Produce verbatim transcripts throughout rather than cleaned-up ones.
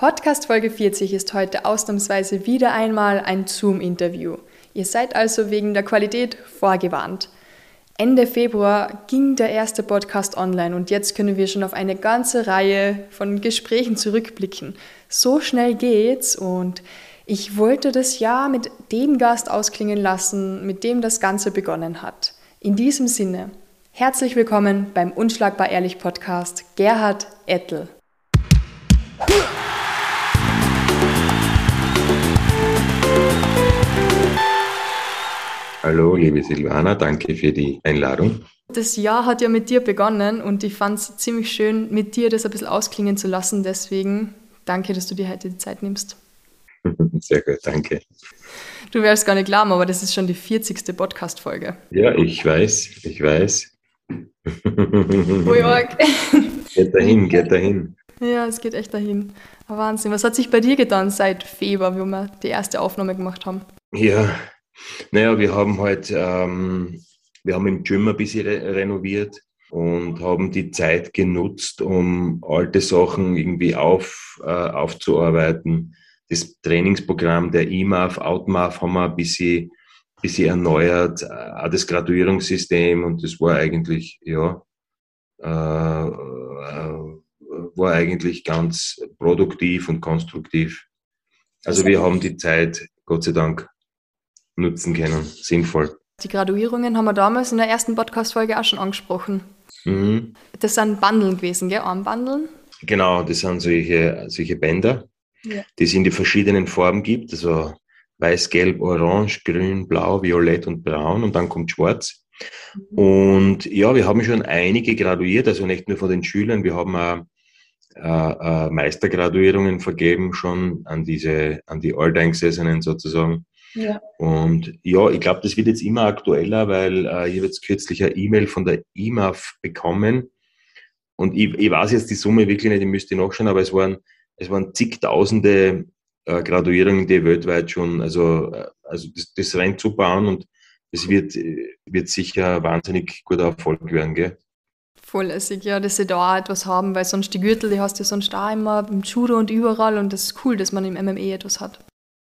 Podcast Folge vierzig ist heute ausnahmsweise wieder einmal ein Zoom-Interview. Ihr seid also wegen der Qualität vorgewarnt. Ende Februar ging der erste Podcast online und jetzt können wir schon auf eine ganze Reihe von Gesprächen zurückblicken. So schnell geht's und ich wollte das Jahr mit dem Gast ausklingen lassen, mit dem das Ganze begonnen hat. In diesem Sinne, herzlich willkommen beim Unschlagbar Ehrlich Podcast, Gerhard Ettel. Hallo, liebe Silvana, danke für die Einladung. Das Jahr hat ja mit dir begonnen und ich fand es ziemlich schön, mit dir das ein bisschen ausklingen zu lassen. Deswegen danke, dass du dir heute die Zeit nimmst. Sehr gut, danke. Du wirst gar nicht glauben, aber das ist schon die vierzigste Podcast-Folge. Ja, ich weiß, ich weiß. Oh, Jörg. Geht dahin, geht dahin. Ja, es geht echt dahin. Wahnsinn. Was hat sich bei dir getan seit Februar, wo wir die erste Aufnahme gemacht haben? Ja, naja, wir haben halt, ähm, wir haben im Gym ein bisschen re- renoviert und haben die Zeit genutzt, um alte Sachen irgendwie auf, äh, aufzuarbeiten. Das Trainingsprogramm der I M A F, Out M A F haben wir ein bisschen, bisschen erneuert, äh, auch das Graduierungssystem, und das war eigentlich, ja, äh, äh, war eigentlich ganz produktiv und konstruktiv. Also wir haben die Zeit, Gott sei Dank, nutzen können, sinnvoll. Die Graduierungen haben wir damals in der ersten Podcast-Folge auch schon angesprochen. Mhm. Das sind Bandeln gewesen, gell? Armbandeln? Genau, das sind solche, solche Bänder, Ja. die es in die verschiedenen Farben gibt, also weiß, gelb, orange, grün, blau, violett und braun, und dann kommt schwarz. Mhm. Und ja, wir haben schon einige graduiert, also nicht nur von den Schülern, wir haben auch äh, äh, Meistergraduierungen vergeben schon an diese, an die Alteingesessenen sozusagen. Ja. Und ja, ich glaube, das wird jetzt immer aktueller, weil äh, ich habe jetzt kürzlich eine E-Mail von der I M A F bekommen, und ich, ich weiß jetzt die Summe wirklich nicht, ich müsste nachschauen, aber es waren, es waren zigtausende äh, Graduierungen, die weltweit schon, also, äh, also das, das reinzubauen, und es wird, wird sicher wahnsinnig guter Erfolg werden, gell? Voll lässig, ja, dass sie da auch etwas haben, weil sonst die Gürtel, die hast du sonst auch immer im Judo und überall, und das ist cool, dass man im M M A etwas hat.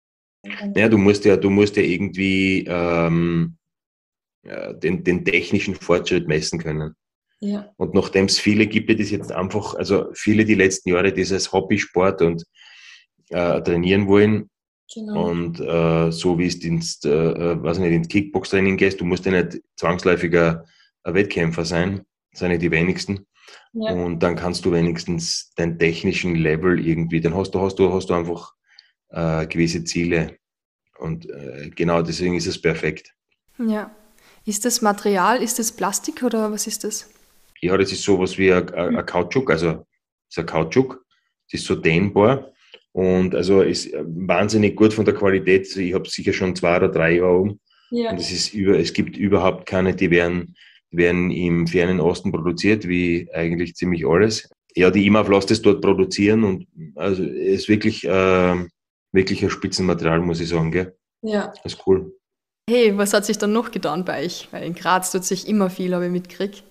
Ja, du musst ja, du musst ja irgendwie ähm, ja, den, den technischen Fortschritt messen können. Ja. Und nachdem es viele gibt, die das jetzt einfach, also viele die letzten Jahre dieses Hobbysport und äh, trainieren wollen. Genau. Und äh, so wie es ins, äh, weiß nicht, ins Kickbox-Training gehst, du musst ja nicht zwangsläufiger ein Wettkämpfer sein, das sind ja die wenigsten. Ja. Und dann kannst du wenigstens deinen technischen Level irgendwie, dann hast du, hast du, hast du einfach äh, gewisse Ziele. Und äh, genau deswegen ist es perfekt. Ja. Ist das Material, ist das Plastik oder was ist das? Ja, das ist sowas wie ein, ein Kautschuk, also das ist ein Kautschuk, das ist so dehnbar und also ist wahnsinnig gut von der Qualität. Also ich habe sicher schon zwei oder drei Jahre um. Ja. Und es ist über, es gibt überhaupt keine, die werden, die werden im fernen Osten produziert, wie eigentlich ziemlich alles. Ja, die I M A F lässt es dort produzieren, und also es ist wirklich, äh, wirklich ein Spitzenmaterial, muss ich sagen, gell? Ja. Das ist cool. Hey, was hat sich dann noch getan bei euch? Weil in Graz tut sich immer viel, habe ich mitgekriegt.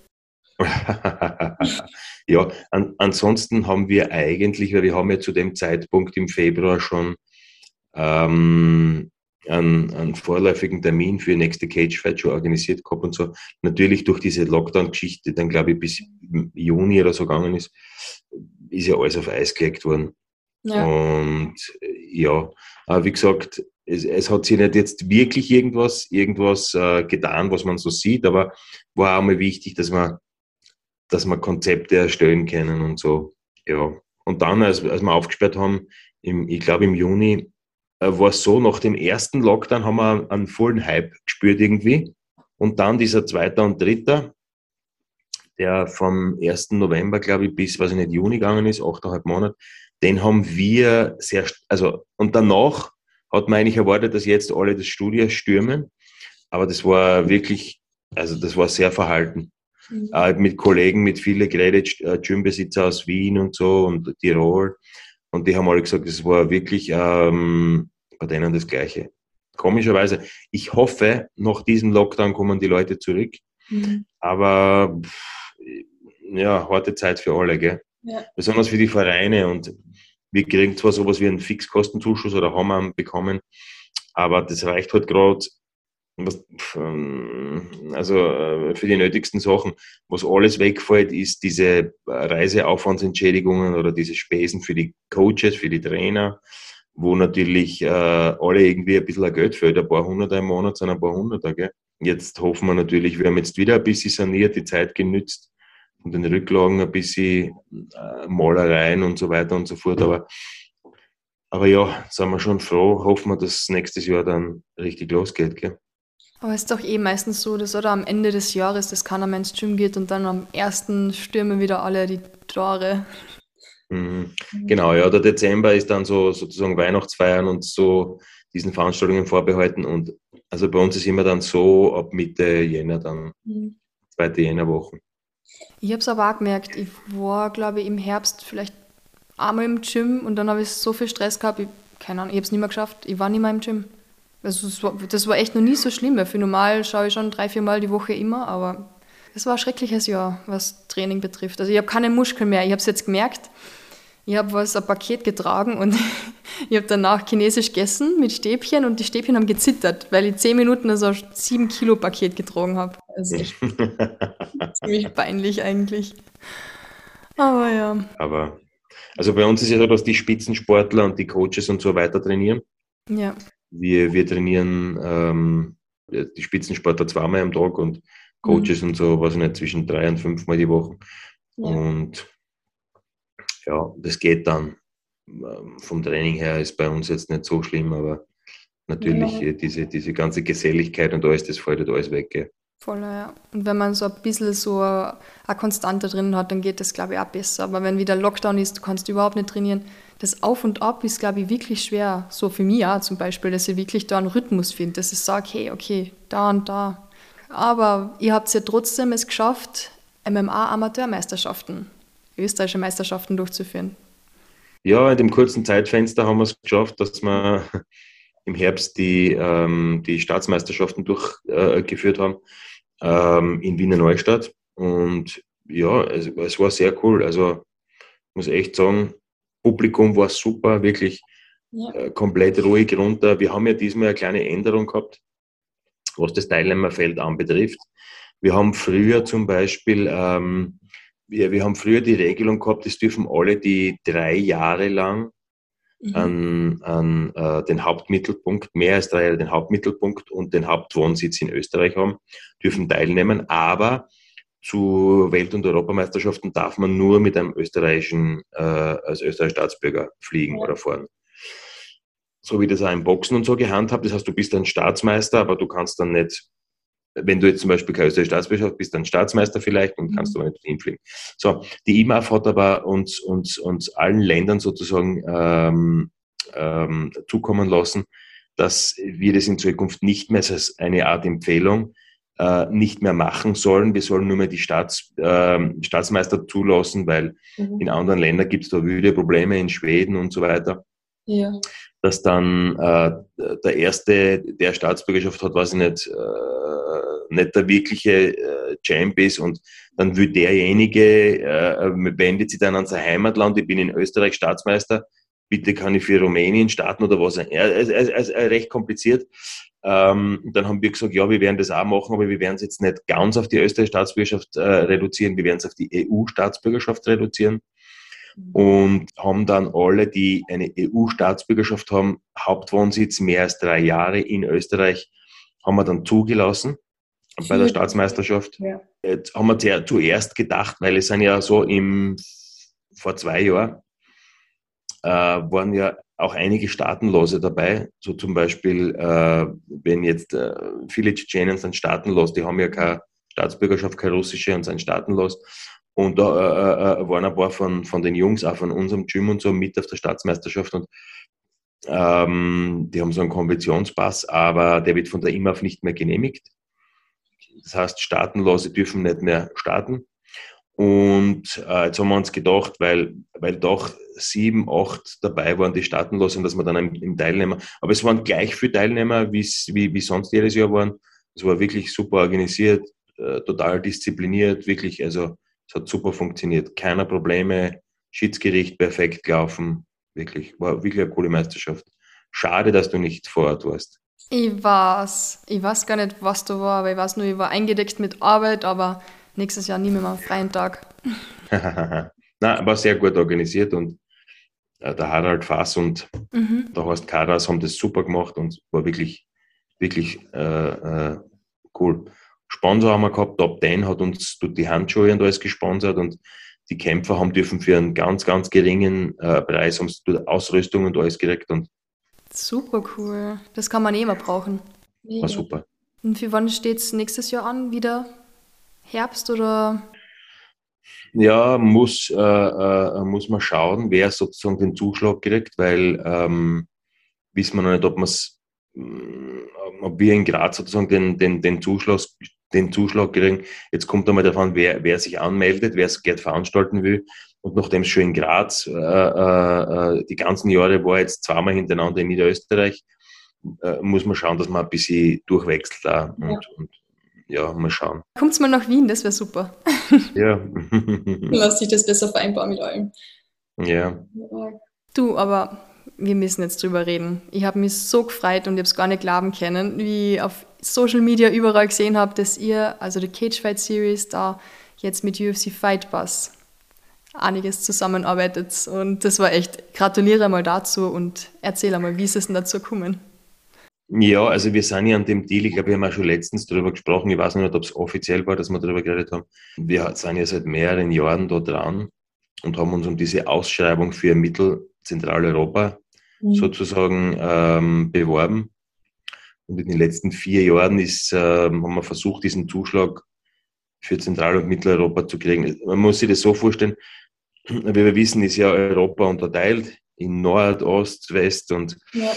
Ja, an, ansonsten haben wir eigentlich, weil wir haben ja zu dem Zeitpunkt im Februar schon ähm, einen, einen vorläufigen Termin für nächste Cagefight schon organisiert gehabt und so. Natürlich durch diese Lockdown-Geschichte, dann glaube ich bis Juni oder so gegangen ist, ist ja alles auf Eis gelegt worden. Ja. Und ja, aber wie gesagt, es, es hat sich nicht jetzt wirklich irgendwas, irgendwas äh, getan, was man so sieht, aber war auch mal wichtig, dass man dass wir Konzepte erstellen können und so. Ja. Und dann, als, als wir aufgesperrt haben, im, ich glaube im Juni, äh, war es so, nach dem ersten Lockdown haben wir einen vollen Hype gespürt irgendwie. Und dann dieser zweite und dritte, der vom ersten November, glaube ich, bis, weiß ich nicht, Juni gegangen ist, achteinhalb Monate, den haben wir sehr, also, und danach hat man eigentlich erwartet, dass jetzt alle das Studio stürmen. Aber das war wirklich, also das war sehr verhalten. Mhm. Äh, mit Kollegen, mit vielen geredet, äh, Gymbesitzer aus Wien und so und Tirol. Und die haben alle gesagt, es war wirklich ähm, bei denen das Gleiche. Komischerweise, ich hoffe, nach diesem Lockdown kommen die Leute zurück. Mhm. Aber pff, ja, harte Zeit für alle, gell? Ja. Besonders für die Vereine. Und Wir kriegen zwar sowas wie einen Fixkostenzuschuss oder haben einen bekommen, aber das reicht halt gerade, also äh, für die nötigsten Sachen. Was alles wegfällt, ist diese Reiseaufwandsentschädigungen oder diese Spesen für die Coaches, für die Trainer, wo natürlich äh, alle irgendwie ein bisschen Geld fehlt. Ein paar Hunderter im Monat sind ein paar Hunderter, gell? Jetzt hoffen wir natürlich, wir haben jetzt wieder ein bisschen saniert, die Zeit genützt und den Rücklagen ein bisschen äh, Malereien und so weiter und so fort. Aber, aber ja, sind wir schon froh, hoffen wir, dass nächstes Jahr dann richtig losgeht, gell? Aber es ist doch eh meistens so, dass oder am Ende des Jahres, dass keiner mehr ins Gym geht und dann am ersten stürmen wieder alle die Tore. Mhm. Genau, ja, der Dezember ist dann so sozusagen Weihnachtsfeiern und so diesen Veranstaltungen vorbehalten und also bei uns ist immer dann so ab Mitte Jänner dann, Mhm. zweite Jännerwoche. Ich habe es aber auch gemerkt, ich war, glaube ich, im Herbst vielleicht einmal im Gym und dann habe ich so viel Stress gehabt, ich, keine Ahnung, ich habe es nicht mehr geschafft, ich war nicht mehr im Gym. Also das war, das war echt noch nie so schlimm, weil für normal schaue ich schon drei, vier Mal die Woche immer, aber es war ein schreckliches Jahr, was Training betrifft. Also ich habe keine Muskeln mehr, ich habe es jetzt gemerkt, ich habe was, ein Paket getragen und ich habe danach chinesisch gegessen mit Stäbchen und die Stäbchen haben gezittert, weil ich zehn Minuten so ein sieben Kilo Paket getragen habe. Also echt ziemlich peinlich eigentlich. Aber ja. Aber also bei uns ist ja so, dass die Spitzensportler und die Coaches und so weiter trainieren. Ja. Wir, wir trainieren ähm, die Spitzensportler zweimal am Tag und Mhm. Coaches und so, weiß ich nicht, zwischen drei und fünfmal die Woche. Ja. Und ja, das geht dann. Ähm, Vom Training her ist bei uns jetzt nicht so schlimm, aber natürlich Ja. äh, diese, diese ganze Geselligkeit und alles, das fällt halt alles weg. Gell? Voll, ja. Und wenn man so ein bisschen so eine Konstante drin hat, dann geht das, glaube ich, auch besser. Aber wenn wieder Lockdown ist, du kannst überhaupt nicht trainieren. Das Auf und Ab ist, glaube ich, wirklich schwer. So für mich auch zum Beispiel, dass ich wirklich da einen Rhythmus finde, dass ich sage, hey, okay, da und da. Aber ihr habt es ja trotzdem es geschafft, M M A-Amateurmeisterschaften, österreichische Meisterschaften durchzuführen. Ja, in dem kurzen Zeitfenster haben wir es geschafft, dass wir im Herbst die, ähm, die Staatsmeisterschaften durchgeführt äh, haben ähm, in Wiener Neustadt. Und ja, es, es war sehr cool. Also muss echt sagen, Publikum war super, wirklich Ja. äh, komplett ruhig runter. Wir haben ja diesmal eine kleine Änderung gehabt, was das Teilnehmerfeld anbetrifft. Wir haben früher zum Beispiel, ähm, wir, wir haben früher die Regelung gehabt, es dürfen alle, die drei Jahre lang Mhm. an, an äh, den Hauptmittelpunkt, mehr als drei Jahre den Hauptmittelpunkt und den Hauptwohnsitz in Österreich haben, dürfen teilnehmen, aber zu Welt- und Europameisterschaften darf man nur mit einem österreichischen, äh, als österreichischer Staatsbürger fliegen Ja. oder fahren. So wie das auch im Boxen und so gehandhabt. Das heißt, du bist ein Staatsmeister, aber du kannst dann nicht, wenn du jetzt zum Beispiel kein österreichischer Staatsbürger bist, dann Staatsmeister vielleicht und kannst Mhm. aber nicht hinfliegen. So, die I M A F hat aber uns, uns, uns allen Ländern sozusagen ähm, ähm, zukommen lassen, dass wir das in Zukunft nicht mehr als eine Art Empfehlung äh, nicht mehr machen sollen. Wir sollen nur mehr die Staats, äh, Staatsmeister zulassen, weil Mhm. in anderen Ländern gibt es da wüde Probleme, in Schweden und so weiter, Ja. dass dann äh, der Erste, der Staatsbürgerschaft hat, weiß ich nicht, äh, nicht der wirkliche äh, Champ ist und dann will derjenige, äh, wendet sich dann an sein Heimatland, ich bin in Österreich Staatsmeister, bitte kann ich für Rumänien starten oder was. Ja, es ist recht kompliziert. Ähm, dann haben wir gesagt, ja, wir werden das auch machen, aber wir werden es jetzt nicht ganz auf die österreichische Staatsbürgerschaft äh, reduzieren, wir werden es auf die E U-Staatsbürgerschaft reduzieren und haben dann alle, die eine E U-Staatsbürgerschaft haben, Hauptwohnsitz mehr als drei Jahre in Österreich, haben wir dann zugelassen bei der Vier. Staatsmeisterschaft. Ja. Jetzt haben wir zuerst gedacht, weil es sind ja so im, vor zwei Jahren, äh, waren ja auch einige Staatenlose dabei. So zum Beispiel, äh, wenn jetzt äh, viele Tschetschenen sind staatenlos, die haben ja keine Staatsbürgerschaft, keine russische und sind staatenlos. Und da äh, äh, waren ein paar von, von den Jungs, auch von unserem Gym und so, mit auf der Staatsmeisterschaft. Und ähm, die haben so einen Konventionspass, aber der wird von der I M A F nicht mehr genehmigt. Das heißt, Staatenlose dürfen nicht mehr starten. Und äh, jetzt haben wir uns gedacht, weil, weil doch sieben, acht dabei waren, die staatenlos sind, dass wir dann im, im Teilnehmer, aber es waren gleich viele Teilnehmer, wie, wie sonst jedes Jahr waren. Es war wirklich super organisiert, äh, total diszipliniert, wirklich, also es hat super funktioniert. Keiner Probleme, Schiedsgericht perfekt gelaufen, Wirklich, war wirklich eine coole Meisterschaft. Schade, dass du nicht vor Ort warst. Ich weiß, ich weiß gar nicht, was da war, aber ich weiß nur, ich war eingedeckt mit Arbeit, aber nächstes Jahr nie mehr am freien Tag. Na, war sehr gut organisiert und äh, der Harald Fass und Mhm. der Horst Karas haben das super gemacht und war wirklich, wirklich äh, äh, cool. Sponsor haben wir gehabt, Top zehn hat uns die Handschuhe und alles gesponsert und die Kämpfer haben dürfen für einen ganz, ganz geringen äh, Preis haben sie Ausrüstung und alles gekriegt und Super cool. Das kann man eh immer brauchen. war super. Und für wann steht es nächstes Jahr an? Wieder Herbst oder? Ja, muss, äh, äh, muss man schauen, wer sozusagen den Zuschlag kriegt, weil ähm, wissen wir noch nicht, ob wir's, mh, ob wir in Graz sozusagen den, den, den, Zuschlag, den Zuschlag kriegen. Jetzt kommt einmal davon, wer, wer sich anmeldet, wer es gerne veranstalten will. Und nachdem es schon in Graz äh, äh, die ganzen Jahre war, jetzt zweimal hintereinander in Niederösterreich, äh, muss man schauen, dass man ein bisschen durchwechselt da und, ja. und ja, mal schauen. Kommt's mal nach Wien, das wäre super. Ja. Lass sich das besser vereinbaren mit allem. Ja. Du, aber wir müssen jetzt drüber reden. Ich habe mich so gefreut und ich habe es gar nicht glauben können, wie ich auf Social Media überall gesehen habe, dass ihr, also die Cage Fight Series, da jetzt mit U F C Fight Pass einiges zusammenarbeitet. Und das war echt, gratuliere mal dazu und erzähl einmal, wie ist es denn dazu gekommen? Ja, also wir sind ja an dem Deal, ich glaube, wir haben auch schon letztens darüber gesprochen, ich weiß noch nicht, ob es offiziell war, dass wir darüber geredet haben. Wir sind ja seit mehreren Jahren da dran und haben uns um diese Ausschreibung für Mittelzentraleuropa mhm. sozusagen ähm, beworben. Und in den letzten vier Jahren ist, äh, haben wir versucht, diesen Zuschlag für Zentral- und Mitteleuropa zu kriegen. Man muss sich das so vorstellen, wie wir wissen, ist ja Europa unterteilt in Nord, Ost, West und ja.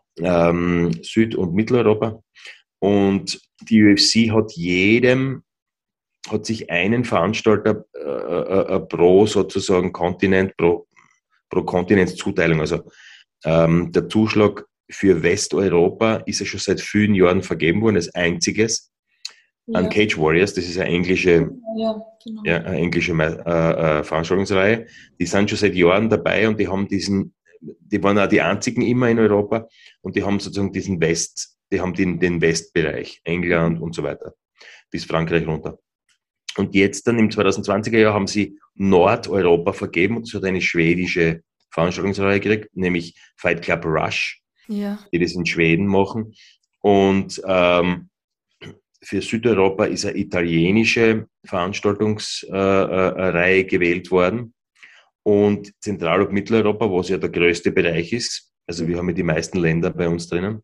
ähm, Süd- und Mitteleuropa. Und die U F C hat jedem, hat sich einen Veranstalter äh, äh, pro sozusagen Kontinent, pro, pro Kontinentszuteilung. Also ähm, der Zuschlag für Westeuropa ist ja schon seit vielen Jahren vergeben worden, als einziges. Ja. An Cage Warriors, das ist eine englische, ja, genau. ja, eine englische äh, äh, Veranstaltungsreihe. Die sind schon seit Jahren dabei und die haben diesen, die waren auch die einzigen immer in Europa und die haben sozusagen diesen West, die haben den, den Westbereich, England und so weiter, bis Frankreich runter. Und jetzt dann im zweitausendzwanziger Jahr haben sie Nordeuropa vergeben und es hat eine schwedische Veranstaltungsreihe gekriegt, nämlich Fight Club Rush, ja. die das in Schweden machen. Und ähm, für Südeuropa ist eine italienische Veranstaltungsreihe äh, gewählt worden. Und Zentral- und Mitteleuropa, was ja der größte Bereich ist, also wir haben ja die meisten Länder bei uns drinnen,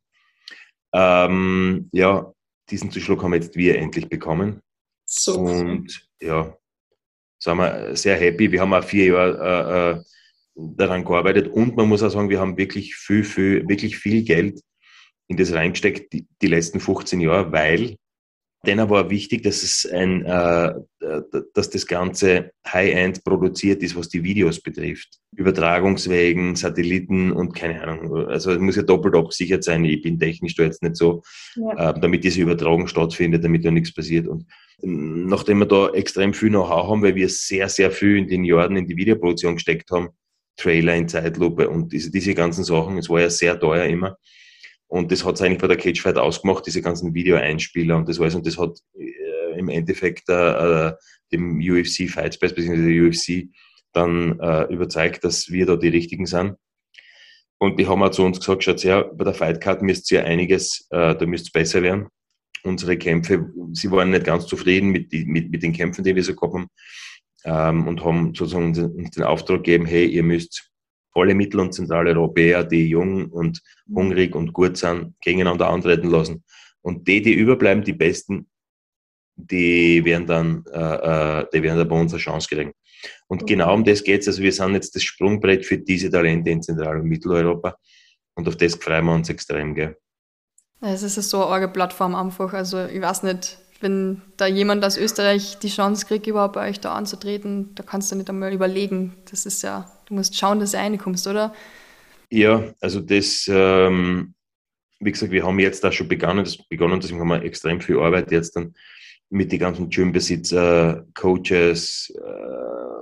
ähm, ja, diesen Zuschlag haben jetzt wir endlich bekommen. So. Und ja, sind wir sehr happy. Wir haben auch vier Jahre äh, daran gearbeitet und man muss auch sagen, wir haben wirklich viel, viel, wirklich viel Geld in das reingesteckt, die, die letzten fünfzehn Jahre, weil denen war wichtig, dass es ein, äh, dass das Ganze High-End produziert ist, was die Videos betrifft. Übertragungswegen, Satelliten und keine Ahnung. Also es muss ja doppelt abgesichert sein. Ich bin technisch da jetzt nicht so, ja. äh, damit diese Übertragung stattfindet, damit da nichts passiert. Und nachdem wir da extrem viel Know-how haben, weil wir sehr, sehr viel in den Jahren in die Videoproduktion gesteckt haben, Trailer in Zeitlupe und diese, diese ganzen Sachen, es war ja sehr teuer immer. Und das hat es eigentlich bei der Cage Fight ausgemacht, diese ganzen Videoeinspieler und das alles. Und das hat äh, im Endeffekt äh, dem U F C Fight Space bzw. der U F C dann äh, überzeugt, dass wir da die Richtigen sind. Und die haben auch zu uns gesagt, schaut her, bei der Fightcard müsst ihr einiges, äh, da müsst ihr besser werden. Unsere Kämpfe, sie waren nicht ganz zufrieden mit, die, mit, mit den Kämpfen, die wir so gehabt haben. Ähm, und haben sozusagen uns den Auftrag gegeben, hey, ihr müsst alle Mittel- und Zentraleuropäer, die jung und hungrig und gut sind, gegeneinander antreten lassen. Und die, die überbleiben, die Besten, die werden dann, äh, die werden dann bei uns eine Chance kriegen. Und okay. genau um das geht es. Also wir sind jetzt das Sprungbrett für diese Talente in Zentral- und Mitteleuropa. Und auf das freuen wir uns extrem, gell. Es ist so eine arge Plattform einfach. Also ich weiß nicht, wenn da jemand aus Österreich die Chance kriegt, überhaupt bei euch da anzutreten, da kannst du nicht einmal überlegen. Das ist ja, du musst schauen, dass du reinkommst, oder? Ja, also das, ähm, wie gesagt, wir haben jetzt da schon begonnen, das begonnen, deswegen haben wir extrem viel Arbeit jetzt dann mit den ganzen Gymbesitzer, Coaches, äh,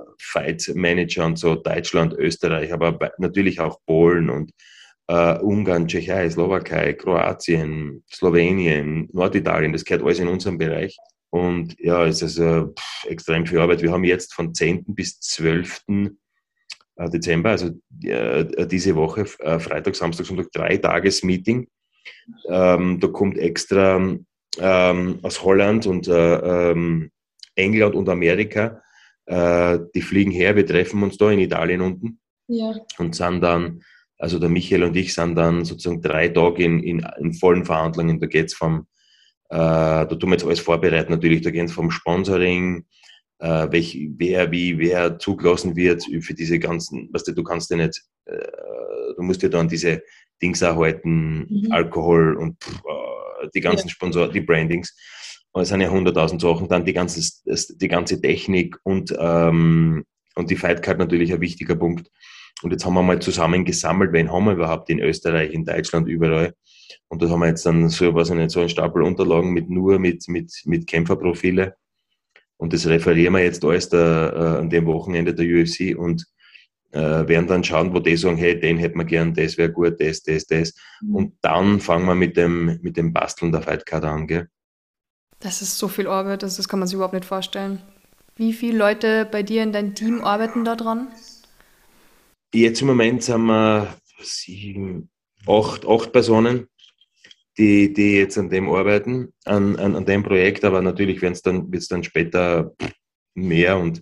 Fight Manager und so, Deutschland, Österreich, aber bei, natürlich auch Polen und äh, Ungarn, Tschechei, Slowakei, Kroatien, Slowenien, Norditalien, das gehört alles in unserem Bereich. Und ja, es ist also pff, extrem viel Arbeit. Wir haben jetzt von zehnten bis zwölften Dezember, also äh, diese Woche, äh, Freitag, Samstag, Sonntag, drei Tages Meeting. Ähm, da kommt extra ähm, aus Holland und äh, ähm, England und Amerika, äh, die fliegen her, wir treffen uns da in Italien unten Ja. und sind dann, also der Michael und ich sind dann sozusagen drei Tage in, in, in vollen Verhandlungen. Da geht es vom, äh, da tun wir jetzt alles vorbereiten natürlich, da geht es vom Sponsoring, äh, welch, wer, wie, wer zugelassen wird für diese ganzen, weißt du, du kannst ja nicht, äh, du musst ja dann diese Dings erhalten, mhm. Alkohol und pff, die ganzen ja. Sponsoren, die Brandings. Und es sind ja hunderttausend Sachen, dann die ganze, die ganze Technik und, ähm, und die Fightcard natürlich ein wichtiger Punkt. Und jetzt haben wir mal zusammen gesammelt, wen haben wir überhaupt in Österreich, in Deutschland, überall. Und da haben wir jetzt dann so, weiß ich nicht, so einen Stapel Unterlagen mit nur mit, mit, mit Kämpferprofile. Und das referieren wir jetzt alles da, äh, an dem Wochenende der U F C und äh, werden dann schauen, wo die sagen, hey, den hätten wir gern, das wäre gut, das, das, das. Mhm. Und dann fangen wir mit dem, mit dem Basteln der Fightcard an, gell? Das ist so viel Arbeit, das, das kann man sich überhaupt nicht vorstellen. Wie viele Leute bei dir in deinem Team arbeiten da dran? Jetzt im Moment sind wir sieben, acht, acht Personen, die, die jetzt an dem arbeiten, an, an, an dem Projekt, aber natürlich wird es dann, wird's dann später mehr und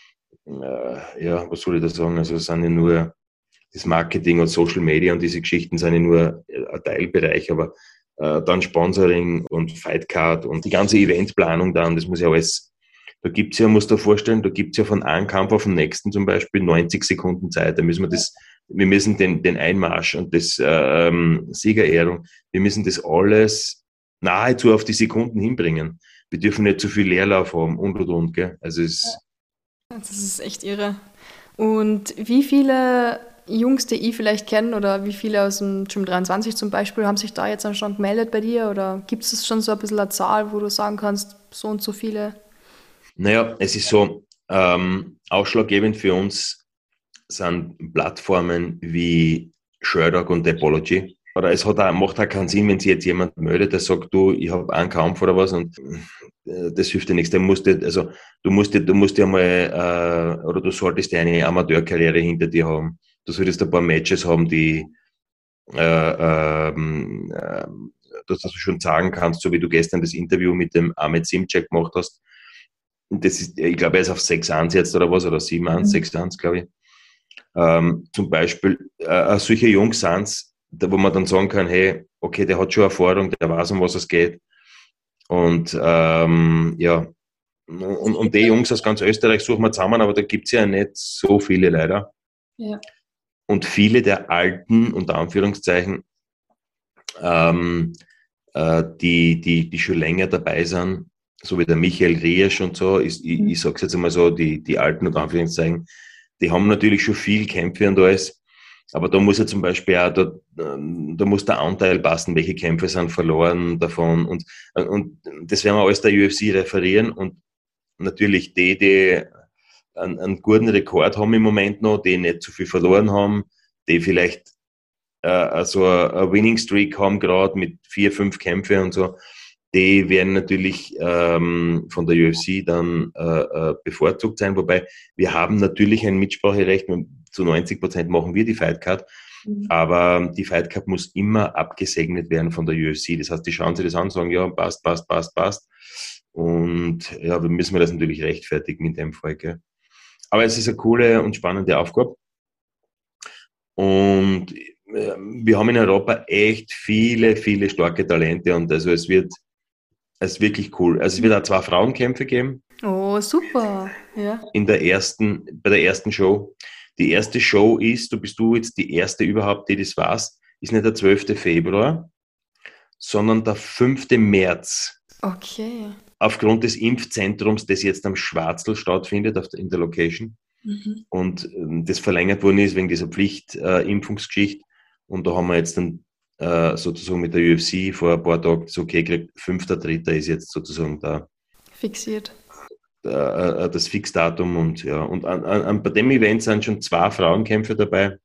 äh, ja, was soll ich da sagen, also es sind ja nur das Marketing und Social Media und diese Geschichten sind ja nur ein Teilbereich, aber äh, dann Sponsoring und Fightcard und die ganze Eventplanung dann, das muss ja alles, da gibt es ja, muss da vorstellen, da gibt es ja von einem Kampf auf den nächsten zum Beispiel neunzig Sekunden Zeit, da müssen wir das, wir müssen den, den Einmarsch und das ähm, Siegerehrung, wir müssen das alles nahezu auf die Sekunden hinbringen. Wir dürfen nicht zu viel Leerlauf haben und und und, gell? Also es das ist echt irre. Und wie viele Jungs, die ich vielleicht kenne oder wie viele aus dem Gym dreiundzwanzig zum Beispiel, haben sich da jetzt dann schon gemeldet bei dir oder gibt es schon so ein bisschen eine Zahl, wo du sagen kannst, so und so viele? Naja, es ist so, ähm, ausschlaggebend für uns sind Plattformen wie Sherdog und Apology. Oder es hat auch, macht auch keinen Sinn, wenn sich jetzt jemand meldet, der sagt, du, ich habe einen Kampf oder was und äh, das hilft dir nichts. Der musst dir, also, du musst dir, du musst dir mal, äh, oder du solltest dir eine Amateurkarriere hinter dir haben. Du solltest ein paar Matches haben, die äh, ähm, äh, dass du schon sagen kannst, so wie du gestern das Interview mit dem Ahmed Simcek gemacht hast. Das ist, ich glaube, er ist auf sechs eins jetzt oder was, oder sieben eins, mhm. sechs eins, glaube ich. Ähm, zum Beispiel, äh, solche Jungs sind es, wo man dann sagen kann, hey, okay, der hat schon Erfahrung, der weiß, um was es geht. Und ähm, ja, und, und die Jungs aus ganz Österreich suchen wir zusammen, aber da gibt es ja nicht so viele leider. Ja. Und viele der alten, unter Anführungszeichen, ähm, äh, die, die, die schon länger dabei sind, so wie der Michael Riesch und so, ist, ich, ich sage es jetzt einmal so, die, die alten, unter Anführungszeichen, die haben natürlich schon viel Kämpfe und alles, aber da muss ja zum Beispiel auch, da, da muss der Anteil passen, welche Kämpfe sind verloren davon und, und das werden wir alles der U F C referieren und natürlich die, die einen, einen guten Rekord haben im Moment noch, die nicht zu viel verloren haben, die vielleicht äh, so eine Winning Streak haben gerade mit vier, fünf Kämpfen und so, die werden natürlich ähm, von der U F C dann äh, äh, bevorzugt sein, wobei wir haben natürlich ein Mitspracherecht, zu neunzig Prozent machen wir die Fightcard, mhm. aber die Fightcard muss immer abgesegnet werden von der U F C, das heißt, die schauen sich das an und sagen, ja, passt, passt, passt, passt und ja, wir müssen wir das natürlich rechtfertigen in dem Fall, gell? Aber es ist eine coole und spannende Aufgabe und äh, wir haben in Europa echt viele, viele starke Talente und also es wird Es ist wirklich cool. Also es wird auch zwei Frauenkämpfe geben. Oh, super. Ja. In der ersten, bei der ersten Show. Die erste Show ist, du bist du jetzt die erste überhaupt, die das weiß, ist nicht der zwölfte Februar, sondern der fünfte März. Okay. Aufgrund des Impfzentrums, das jetzt am Schwarzl stattfindet, auf der, in der Location. Mhm. Und ähm, das verlängert worden ist wegen dieser Pflichtimpfungsgeschichte. Äh, und da haben wir jetzt dann sozusagen mit der U F C vor ein paar Tagen so okay gekriegt, fünfter Dritter ist jetzt sozusagen da. Fixiert. äh, das Fixdatum und ja. Und an, an, bei dem Event sind schon zwei Frauenkämpfer dabei.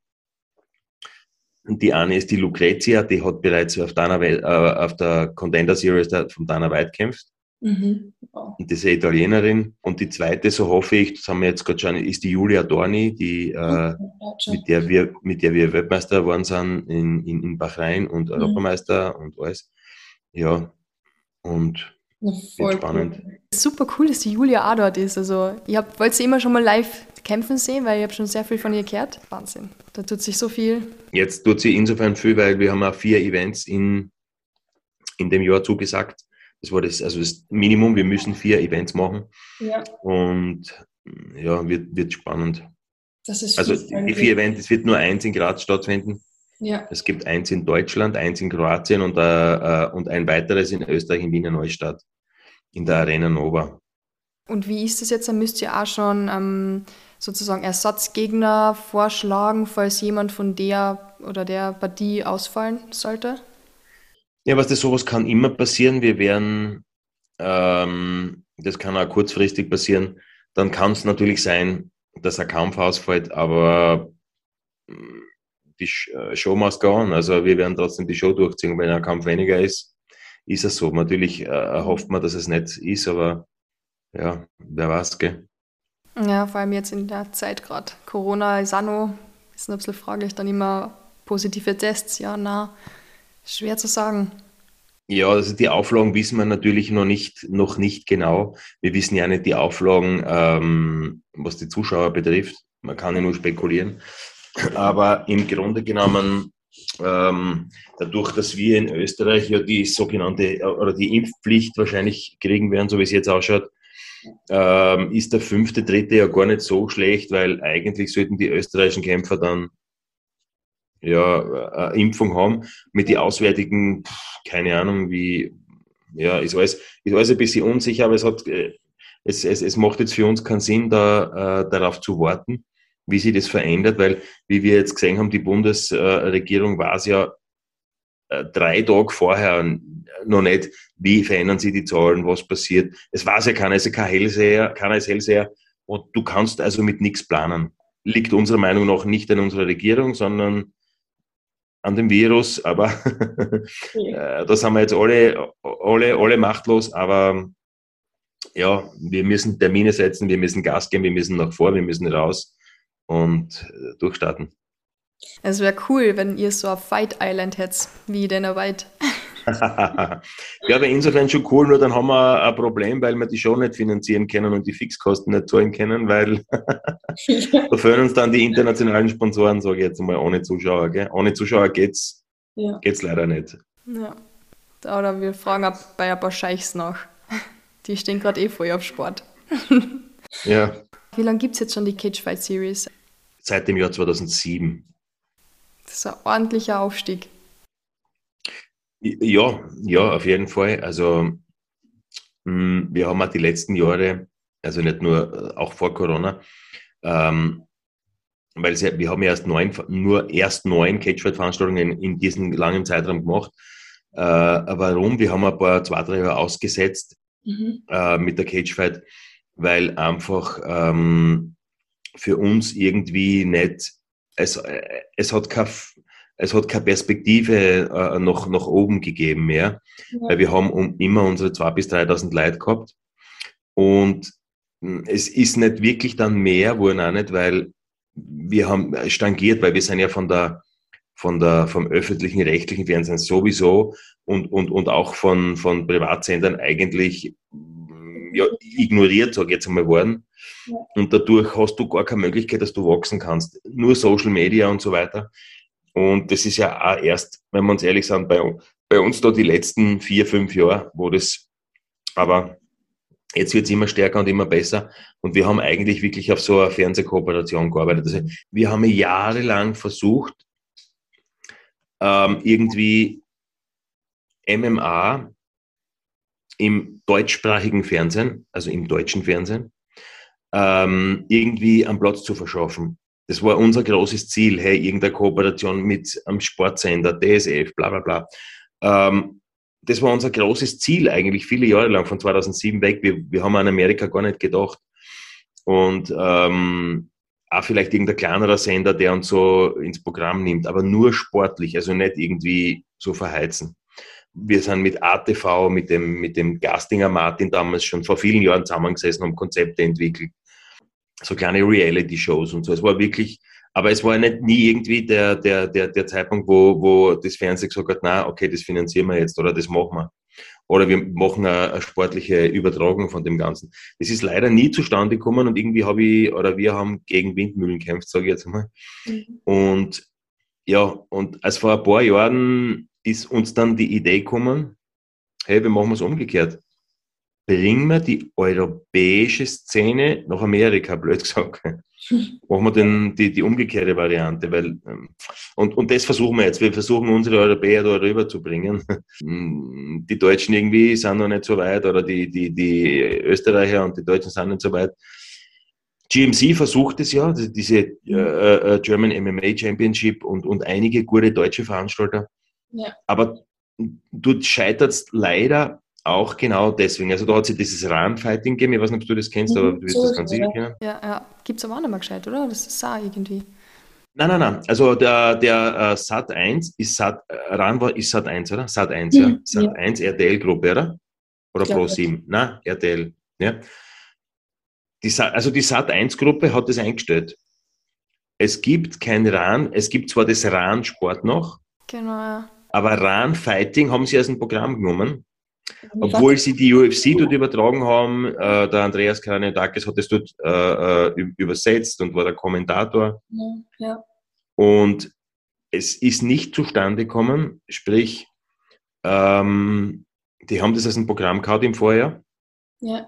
Und die eine ist die Lucrezia, die hat bereits auf, Dana, äh, auf der Contender Series von Dana White gekämpft. Mhm. Wow. Und diese Italienerin. Und die zweite, so hoffe ich, das haben wir jetzt gerade schon, ist die Julia Dorni, die, äh, mit, der wir, mit der wir Weltmeister geworden sind in, in, in Bahrain und Europameister mhm. und alles. Ja, und ja, wird spannend. Cool. Super cool, dass die Julia auch dort ist. Also, ich wollte sie immer schon mal live kämpfen sehen, weil ich habe schon sehr viel von ihr gehört. Wahnsinn, da tut sich so viel. Jetzt tut sie insofern viel, weil wir haben auch vier Events in, in dem Jahr zugesagt. Das war das, also das Minimum, wir müssen vier Events machen. Ja. Und ja, wird, wird spannend. Das ist also die vier Events, es wird nur eins in Graz stattfinden. Ja. Es gibt eins in Deutschland, eins in Kroatien und, äh, und ein weiteres in Österreich, in Wiener Neustadt, in der Arena Nova. Und wie ist das jetzt? Dann müsst ihr auch schon ähm, sozusagen Ersatzgegner vorschlagen, falls jemand von der oder der Partie ausfallen sollte? Ja, was das sowas kann immer passieren. Wir werden, ähm, das kann auch kurzfristig passieren. Dann kann es natürlich sein, dass ein Kampf ausfällt, aber die Show must go on. Also wir werden trotzdem die Show durchziehen. Wenn ein Kampf weniger ist, ist es so. Natürlich äh, hofft man, dass es nicht ist, aber ja, wer weiß, gell? Ja, vor allem jetzt in der Zeit gerade. Corona ist auch noch, ist noch ein bisschen fraglich, dann immer positive Tests, ja, na, schwer zu sagen. Ja, also die Auflagen wissen wir natürlich noch nicht, noch nicht genau. Wir wissen ja nicht die Auflagen, ähm, was die Zuschauer betrifft. Man kann ja nur spekulieren. Aber im Grunde genommen, ähm, dadurch, dass wir in Österreich ja die sogenannte oder die Impfpflicht wahrscheinlich kriegen werden, so wie es jetzt ausschaut, ähm, ist der fünfte, dritte ja gar nicht so schlecht, weil eigentlich sollten die österreichischen Kämpfer dann ja eine Impfung haben. Mit den Auswärtigen, keine Ahnung, wie, ja, ist alles, ist alles ein bisschen unsicher, aber es hat, es, es, es macht jetzt für uns keinen Sinn, da äh, darauf zu warten, wie sich das verändert, weil, wie wir jetzt gesehen haben, die Bundesregierung weiß ja äh, drei Tage vorher noch nicht, wie verändern sich die Zahlen, was passiert. Es weiß ja keiner, es ist kein Hellseher, keiner ist Hellseher und du kannst also mit nichts planen. Liegt unserer Meinung nach nicht an unserer Regierung, sondern an dem Virus, aber äh, da sind wir jetzt alle, alle, alle machtlos, aber ja, wir müssen Termine setzen, wir müssen Gas geben, wir müssen nach vor, wir müssen raus und äh, durchstarten. Es wäre cool, wenn ihr so ein Fight Island hättet, wie Dana White. Ja, aber insofern schon cool, nur dann haben wir ein Problem, weil wir die Show nicht finanzieren können und die Fixkosten nicht zahlen können, weil da fehlen uns dann die internationalen Sponsoren, sage ich jetzt mal, ohne Zuschauer. Gell? Ohne Zuschauer geht's, ja. geht's leider nicht. Ja, oder wir fragen ab bei ein paar Scheichs nach. Die stehen gerade eh voll auf Sport. Ja. Wie lange gibt es jetzt schon die Cage Fight Series? Seit dem Jahr zweitausendsieben. Das ist ein ordentlicher Aufstieg. Ja, ja, auf jeden Fall. Also mh, wir haben auch die letzten Jahre, also nicht nur, auch vor Corona, ähm, weil es ja, wir haben ja erst neun, nur erst neun Cagefight-Veranstaltungen in, in diesem langen Zeitraum gemacht. Äh, warum? Wir haben ein paar, zwei, drei Jahre ausgesetzt mhm. äh, mit der Cagefight, weil einfach ähm, für uns irgendwie nicht, es, es hat keine Es hat keine Perspektive äh, nach, nach oben gegeben mehr, ja. Weil wir haben um, immer unsere zweitausend bis dreitausend Leute gehabt und mh, es ist nicht wirklich dann mehr, wohl auch nicht, weil wir haben stangiert, weil wir sind ja von der, von der, vom öffentlichen rechtlichen Fernsehen sowieso und, und, und auch von, von Privatsendern eigentlich ja, ignoriert, sage ich jetzt einmal, worden. Ja. Und dadurch hast du gar keine Möglichkeit, dass du wachsen kannst. Nur Social Media und so weiter. Und das ist ja auch erst, wenn wir uns ehrlich sind, bei, bei uns da die letzten vier, fünf Jahre, wo das, aber jetzt wird es immer stärker und immer besser. Und wir haben eigentlich wirklich auf so eine Fernsehkooperation gearbeitet. Also wir haben jahrelang versucht, ähm, irgendwie M M A im deutschsprachigen Fernsehen, also im deutschen Fernsehen, ähm, irgendwie einen Platz zu verschaffen. Das war unser großes Ziel, hey, irgendeine Kooperation mit einem Sportsender, D S F, bla bla bla. Ähm, das war unser großes Ziel eigentlich, viele Jahre lang, von zweitausendsieben weg. Wir, wir haben an Amerika gar nicht gedacht. Und ähm, auch vielleicht irgendein kleinerer Sender, der uns so ins Programm nimmt, aber nur sportlich, also nicht irgendwie so verheizen. Wir sind mit A T V, mit dem, mit dem Gastinger Martin damals schon vor vielen Jahren zusammengesessen, haben Konzepte entwickelt, so kleine Reality-Shows und so. Es war wirklich, aber es war nicht nie irgendwie der, der, der, der Zeitpunkt, wo, wo das Fernsehen gesagt hat, na, okay, das finanzieren wir jetzt oder das machen wir. Oder wir machen eine, eine sportliche Übertragung von dem Ganzen. Das ist leider nie zustande gekommen und irgendwie habe ich, oder wir haben gegen Windmühlen gekämpft, sage ich jetzt mal. Mhm. Und ja, und als vor ein paar Jahren ist uns dann die Idee gekommen, hey, wir machen es umgekehrt. Bringen wir die europäische Szene nach Amerika, blöd gesagt. Machen wir den, die, die umgekehrte Variante, weil, und, und das versuchen wir jetzt. Wir versuchen, unsere Europäer da rüber zu bringen. Die Deutschen irgendwie sind noch nicht so weit, oder die, die, die Österreicher und die Deutschen sind nicht so weit. G M C versucht es ja, diese äh, German M M A Championship und, und einige gute deutsche Veranstalter. Ja. Aber du scheiterst leider auch genau deswegen. Also da hat sich dieses Rahmenfighting gegeben. Ich weiß nicht, ob du das kennst, mhm, aber du wirst so das ganz sicher kennen. Ja, ja. Gibt es aber auch nicht mehr gescheit, oder? Das ist auch irgendwie. Nein, nein, nein. Also der, der uh, Sat eins ist Sat, Rahn war, ist Sat eins, oder? Sat eins, mhm, ja. Sat eins, ja. R T L-Gruppe, oder? Oder Pro sieben? Nein, R T L. Ja. Die, also die Sat eins Gruppe hat das eingestellt. Es gibt kein Rahn, es gibt zwar das Rahn-Sport noch, genau, ja. Aber Rahn-Fighting haben sie aus dem Programm genommen. Obwohl sie die U F C dort übertragen haben, äh, der Andreas Kranjotakis hat es dort äh, übersetzt und war der Kommentator. Ja, ja. Und es ist nicht zustande gekommen, sprich, ähm, die haben das aus dem Programm gehabt im Vorjahr. Ja.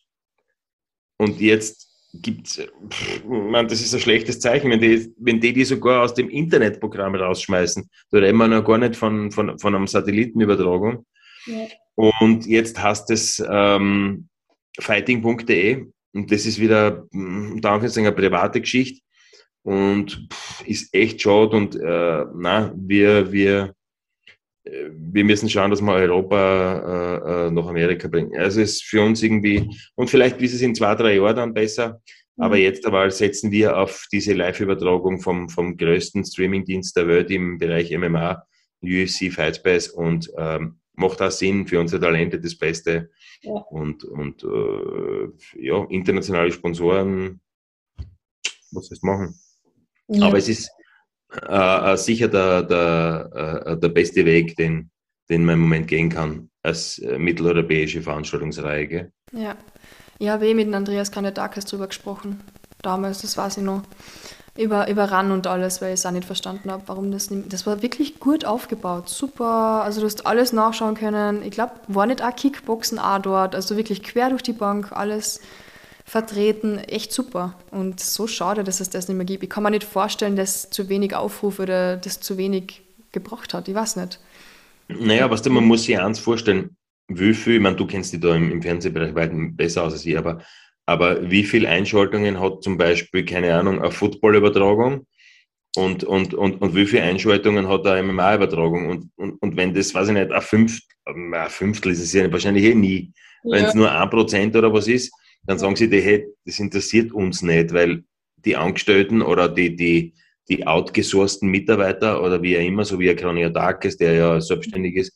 Und jetzt gibt's, man, das ist ein schlechtes Zeichen, wenn die, wenn die die sogar aus dem Internetprogramm rausschmeißen. Da reden wir noch gar nicht von, von, von einer Satellitenübertragung. Ja. Und jetzt heißt es ähm, fighting punkt de und das ist wieder unter Anführungszeichen eine private Geschichte und pff, ist echt schade und äh, na, wir, wir, äh, wir müssen schauen, dass wir Europa äh, nach Amerika bringen. Also es ist für uns irgendwie, und vielleicht ist es in zwei, drei Jahren dann besser, mhm. aber jetzt aber setzen wir auf diese Live-Übertragung vom, vom größten Streaming-Dienst der Welt im Bereich M M A, U F C, Fightspace und ähm, macht auch Sinn für unsere Talente, das Beste. Ja. Und, und äh, ja, internationale Sponsoren, was heißt machen? Ja. Aber es ist äh, sicher der, der, äh, der beste Weg, den, den man im Moment gehen kann, als äh, mitteleuropäische Veranstaltungsreihe. Gell? Ja, ich habe eh mit dem Andreas Kranjotakis drüber gesprochen. Damals, das weiß ich noch. Über, über Run und alles, weil ich es auch nicht verstanden habe, warum das nicht. Das war wirklich gut aufgebaut, super. Also du hast alles nachschauen können. Ich glaube, war nicht auch Kickboxen auch dort, also wirklich quer durch die Bank, alles vertreten, echt super. Und so schade, dass es das nicht mehr gibt. Ich kann mir nicht vorstellen, dass zu wenig Aufrufe oder das zu wenig gebracht hat, ich weiß nicht. Naja, weißt du, man muss sich eins vorstellen, wie viel, ich meine, du kennst dich da im, im Fernsehbereich weit besser aus als ich, aber Aber wie viele Einschaltungen hat zum Beispiel, keine Ahnung, eine Football-Übertragung und, und, und, und wie viele Einschaltungen hat eine M M A-Übertragung? Und, und, und wenn das, weiß ich nicht, ein Fünftel, ein Fünftel ist es ja wahrscheinlich eh nie. Ja. Wenn es nur ein Prozent oder was ist, dann sagen sie, die, hey, das interessiert uns nicht, weil die Angestellten oder die, die, die outgesourcten Mitarbeiter oder wie auch immer, so wie ein Kranjotakis, der ja selbstständig ist,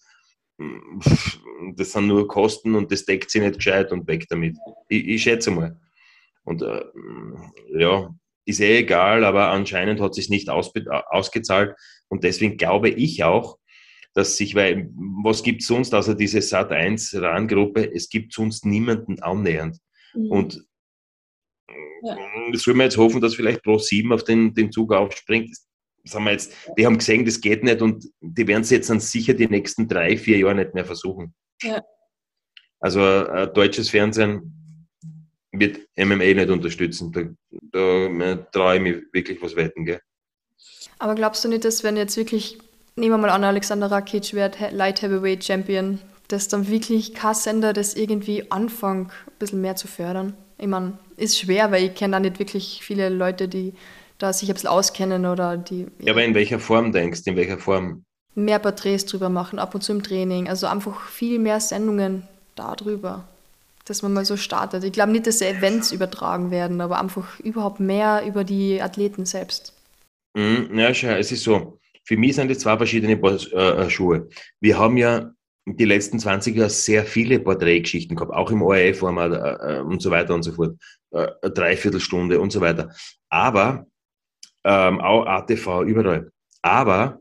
das sind nur Kosten und das deckt sich nicht gescheit und weg damit. Ich, ich schätze mal. Und äh, ja, ist eh egal, aber anscheinend hat es sich nicht ausbe- ausgezahlt und deswegen glaube ich auch, dass sich, weil, was gibt es sonst außer diese Sat eins Rahn-Gruppe? Es gibt sonst niemanden annähernd. Mhm. Und ja. Das soll man jetzt hoffen, dass vielleicht Pro sieben auf den, den Zug aufspringt. Sagen wir jetzt, die haben gesehen, das geht nicht und die werden es jetzt dann sicher die nächsten drei, vier Jahre nicht mehr versuchen. Ja. Also äh, deutsches Fernsehen wird M M A nicht unterstützen. Da, da traue ich mich wirklich was wetten. Gell? Aber glaubst du nicht, dass wenn jetzt wirklich, nehmen wir mal an, Alexander Rakic wird Light Heavyweight Champion, dass dann wirklich kein Sender das irgendwie anfängt, ein bisschen mehr zu fördern? Ich meine, ist schwer, weil ich kenne da nicht wirklich viele Leute, die da sich ein bisschen auskennen oder die... Ja, aber in welcher Form denkst du? In welcher Form? mehr Porträts drüber machen, ab und zu im Training. Also einfach viel mehr Sendungen darüber, dass man mal so startet. Ich glaube nicht, dass die Events übertragen werden, aber einfach überhaupt mehr über die Athleten selbst. Mhm, ja, schau, es ist so. Für mich sind das zwei verschiedene äh, Schuhe. Wir haben ja die letzten zwanzig Jahre sehr viele Porträtgeschichten gehabt, auch im O R F-Format äh, und so weiter und so fort. Äh, eine Dreiviertelstunde und so weiter. Aber, ähm, auch A T V, überall. Aber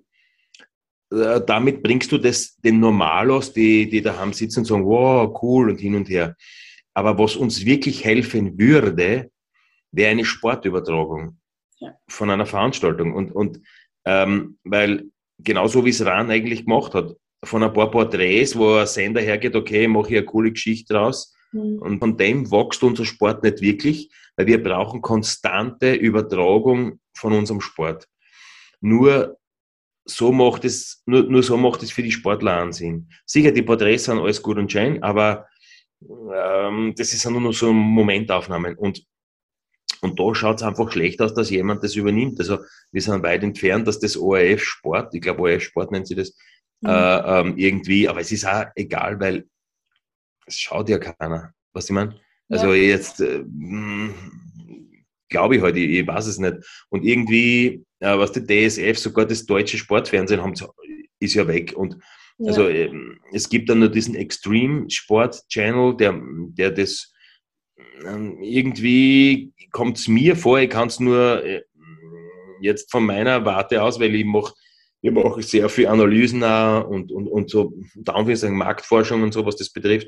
äh, damit bringst du das den Normalos, die, die daheim sitzen und sagen, wow, cool und hin und her. Aber was uns wirklich helfen würde, wäre eine Sportübertragung Ja. von einer Veranstaltung. Und, und ähm, weil genauso wie es Ran eigentlich gemacht hat, von ein paar Porträts, wo ein Sender hergeht, okay, mache ich eine coole Geschichte draus. Mhm. Und von dem wächst unser Sport nicht wirklich, weil wir brauchen konstante Übertragung von unserem Sport. Nur so macht es, nur, nur so macht es für die Sportler einen Sinn. Sicher, die Porträts sind alles gut und schön, aber ähm, das ist ja nur so Momentaufnahmen. Und Und da schaut es einfach schlecht aus, dass jemand das übernimmt. Also wir sind weit entfernt, dass das O R F Sport, ich glaube O R F Sport nennt sie das, Mhm. äh, ähm, irgendwie, aber es ist auch egal, weil es schaut ja keiner. Was ich meine? Also Ja. jetzt äh, glaube ich halt, ich, ich weiß es nicht. Und irgendwie, äh, was die D S F, sogar das deutsche Sportfernsehen haben, ist ja weg. Und Ja. also ähm, es gibt dann nur diesen Extreme Sport Channel, der, der das ähm, irgendwie kommt es mir vor, ich kann es nur äh, jetzt von meiner Warte aus, weil ich mache ich mache sehr viel Analysen auch und, und, und so, da Anführungszeichen Marktforschung und so, was das betrifft.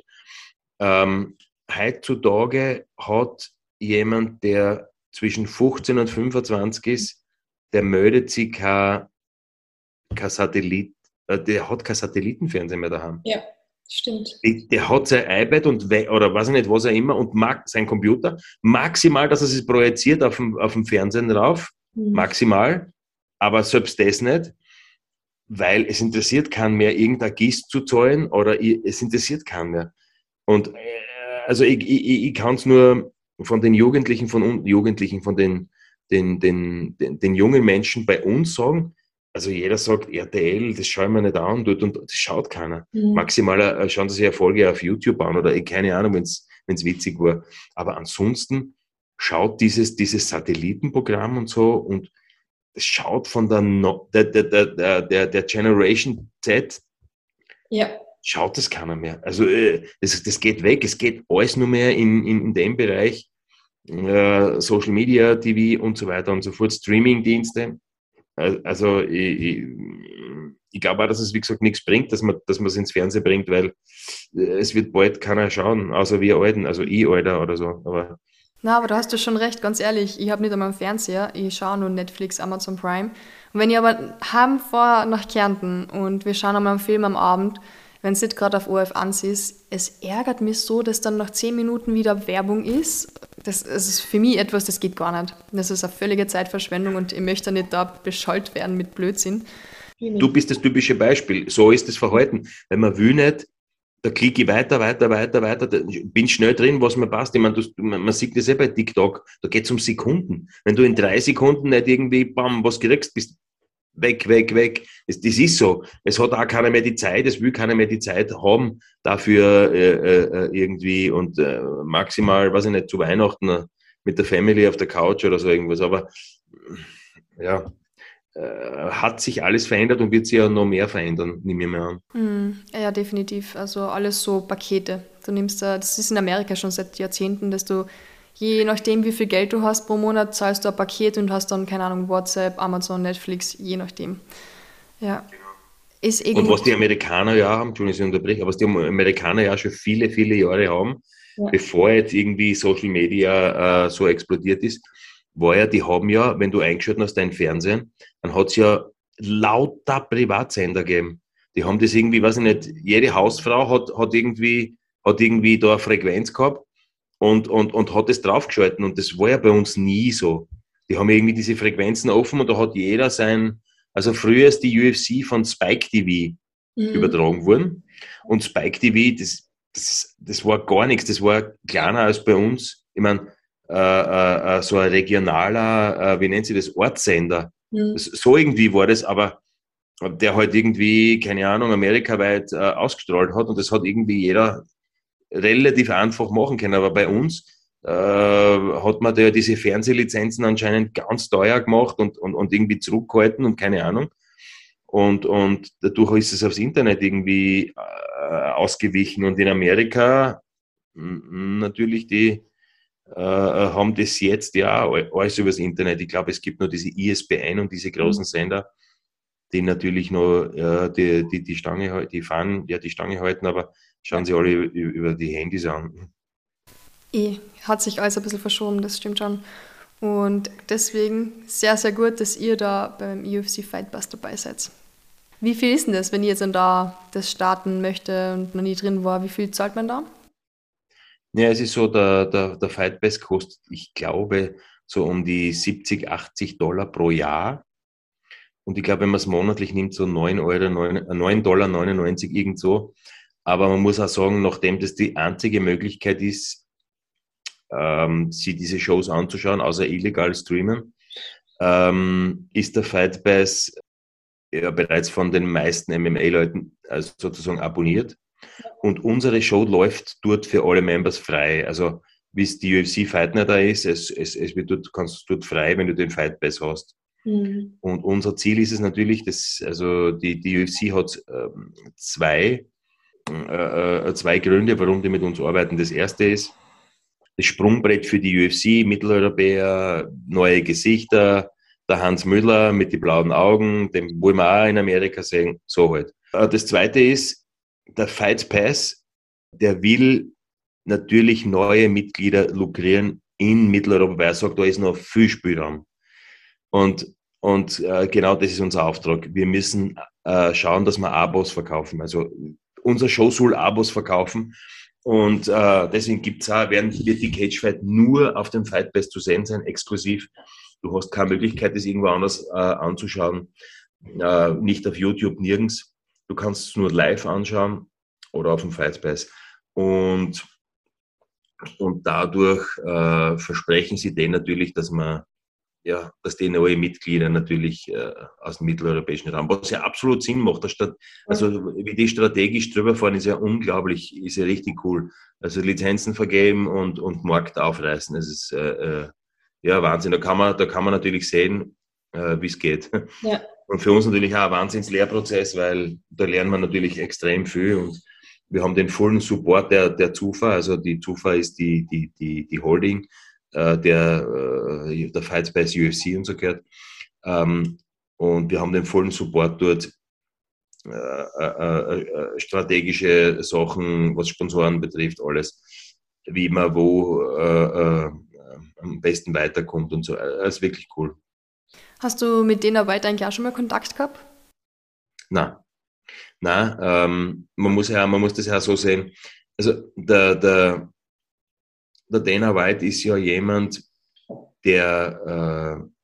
Ähm, heutzutage hat jemand, der zwischen fünfzehn und fünfundzwanzig ist, der meldet sich kein, kein Satellit, äh, der hat kein Satellitenfernsehen mehr daheim. Ja, stimmt. Der, der hat sein iPad und we- oder weiß ich nicht, was er immer und mag sein Computer. Maximal, dass er es projiziert auf dem, auf dem Fernsehen drauf. Mhm. Maximal. Aber selbst das nicht, weil es interessiert keinen mehr, irgendein Gist zu zahlen oder i- es interessiert keinen mehr. Und äh, also ich, ich, ich kann es nur von den Jugendlichen, von uns Jugendlichen, von den, den, den, den, den jungen Menschen bei uns sagen, also jeder sagt R T L, das schauen wir nicht an, dort und das schaut keiner. Mhm. Maximal äh, schauen sie sich Erfolge auf YouTube an oder ich, keine Ahnung, wenn es witzig war. Aber ansonsten schaut dieses, dieses Satellitenprogramm und so und das schaut von der, no, der, der, der, der, der Generation Z, Ja. schaut das keiner mehr. Also äh, das, das geht weg, es geht alles nur mehr in, in, in dem Bereich, äh, Social Media, T V und so weiter und so fort, Streaming-Dienste. Also ich, ich, ich glaube auch, dass es wie gesagt nichts bringt, dass man dass man es ins Fernsehen bringt, weil es wird bald keiner schauen, außer wir Alten, also ich Alter oder so. Aber Na, aber da hast du schon recht, ganz ehrlich. Ich habe nicht einmal einen Fernseher, ich schaue nur Netflix, Amazon Prime. Und wenn ich aber heim fahre nach Kärnten und wir schauen einmal einen Film am Abend, wenn es nicht gerade auf O R F eins ist, es ärgert mich so, dass dann nach zehn Minuten wieder Werbung ist. Das, das ist für mich etwas, das geht gar nicht. Das ist eine völlige Zeitverschwendung und ich möchte nicht da beschallt werden mit Blödsinn. du bist das typische Beispiel. So ist das Verhalten. Wenn man will nicht, da klicke ich weiter, weiter, weiter, weiter, da bin schnell drin, was mir passt. Ich meine, das, man, man sieht das eh bei TikTok, da geht es um Sekunden. Wenn du in drei Sekunden nicht irgendwie, bam, was kriegst, bist weg, weg, weg. Das, das ist so. Es hat auch keiner mehr die Zeit, es will keiner mehr die Zeit haben dafür äh, äh, irgendwie und äh, maximal, weiß ich nicht, zu Weihnachten mit der Family auf der Couch oder so irgendwas. Aber ja, äh, hat sich alles verändert und wird sich ja noch mehr verändern, nehme ich mal an. Hm, ja, definitiv. Also alles so Pakete. Du nimmst da, das ist in Amerika schon seit Jahrzehnten, dass du je nachdem, wie viel Geld du hast pro Monat, zahlst du ein Paket und hast dann, keine Ahnung, WhatsApp, Amazon, Netflix, je nachdem. Ja. Ist Und irgendwie. was die Amerikaner ja haben, Entschuldigung, ich unterbreche, aber was die Amerikaner ja schon viele, viele Jahre haben, Ja. bevor jetzt irgendwie Social Media äh, so explodiert ist, war ja, die haben ja, wenn du eingeschaltet hast, dein Fernsehen, dann hat es ja lauter Privatsender gegeben. Die haben das irgendwie, weiß ich nicht, jede Hausfrau hat, hat, irgendwie, hat irgendwie da eine Frequenz gehabt und, und, und hat das draufgeschalten. Und das war ja bei uns nie so. Die haben irgendwie diese Frequenzen offen und da hat jeder sein, also früher ist die U F C von Spike T V Mhm. übertragen worden. Und Spike T V, das, das, das war gar nichts, das war kleiner als bei uns. Ich meine, äh, äh, so ein regionaler, äh, wie nennt sie das, Ortssender. Mhm. Das, so irgendwie war das, aber der halt irgendwie, keine Ahnung, amerikaweit äh, ausgestrahlt hat und das hat irgendwie jeder relativ einfach machen können. Aber bei uns äh, hat man da diese Fernsehlizenzen anscheinend ganz teuer gemacht und, und, und irgendwie zurückgehalten und keine Ahnung. Und, und dadurch ist es aufs Internet irgendwie äh, ausgewichen. Und in Amerika m, natürlich die äh, haben das jetzt ja alles übers Internet. Ich glaube, es gibt nur diese I S B N und diese großen Sender, die natürlich noch ja, die, die, die Stange, die fahren, ja, die Stange halten, aber schauen sie alle über, über die Handys an. Eh, hat sich alles ein bisschen verschoben, das stimmt schon. Und deswegen sehr, sehr gut, dass ihr da beim U F C Fight Pass dabei seid. Wie viel ist denn das, wenn ihr jetzt dann da das starten möchte und noch nie drin war? Wie viel zahlt man da? Ja, es ist so, der, der, der Fight Pass kostet, ich glaube, so um die siebzig, achtzig Dollar pro Jahr. Und ich glaube, wenn man es monatlich nimmt, so neun Euro, neun Dollar neunundneunzig irgend so. Aber man muss auch sagen, nachdem das die einzige Möglichkeit ist, ähm, sich diese Shows anzuschauen, außer illegal streamen, ähm, ist der Fight Pass ja bereits von den meisten M M A-Leuten also sozusagen abonniert. Und unsere Show läuft dort für alle Members frei. Also wie es die U F C Fight Night da ist, es, es, es wird dort, kannst du dort frei, wenn du den Fight Pass hast. Mhm. Und unser Ziel ist es natürlich, dass, also die, die U F C hat ähm, zwei, äh, zwei Gründe, warum die mit uns arbeiten. Das erste ist das Sprungbrett für die U F C, Mitteleuropäer, neue Gesichter, der Hans Müller mit den blauen Augen, den wollen wir auch in Amerika sehen, so halt. Das zweite ist, der Fight Pass, der will natürlich neue Mitglieder lukrieren in Mitteleuropa, weil er sagt, da ist noch viel Spielraum. Und, und äh, genau das ist unser Auftrag. Wir müssen äh, schauen, dass wir Abos verkaufen. Also unser Show soll Abos verkaufen. Und äh, deswegen gibt's auch, werden, wird die Cage Fight nur auf dem Fight Pass zu sehen sein, exklusiv. Du hast keine Möglichkeit, das irgendwo anders äh, anzuschauen. Äh, nicht auf YouTube, nirgends. Du kannst es nur live anschauen oder auf dem Fight Pass. Und, und dadurch äh, versprechen sie denen natürlich, dass man ja, dass die neue Mitglieder natürlich äh, aus dem mitteleuropäischen Raum, was ja absolut Sinn macht. Stadt, also wie die strategisch drüber fahren, ist ja unglaublich, ist ja richtig cool. Also Lizenzen vergeben und, und Markt aufreißen, das ist äh, äh, ja Wahnsinn. Da kann man, da kann man natürlich sehen, äh, wie es geht. Ja. Und für uns natürlich auch ein Wahnsinns-Lehrprozess, weil da lernen wir natürlich extrem viel und wir haben den vollen Support der, der Zufa, also die Zufa ist die, die, die, die Holding, der, der Fight Pass U F C und so gehört. Ähm, und wir haben den vollen Support dort, äh, äh, äh, strategische Sachen, was Sponsoren betrifft, alles, wie man wo äh, äh, am besten weiterkommt und so. Das ist wirklich cool. Hast du mit denen weiter eigentlich auch schon mal Kontakt gehabt? Nein. Nein, ähm, man muss ja, man muss das ja so sehen. Also der, der Der Dana White ist ja jemand, der, äh,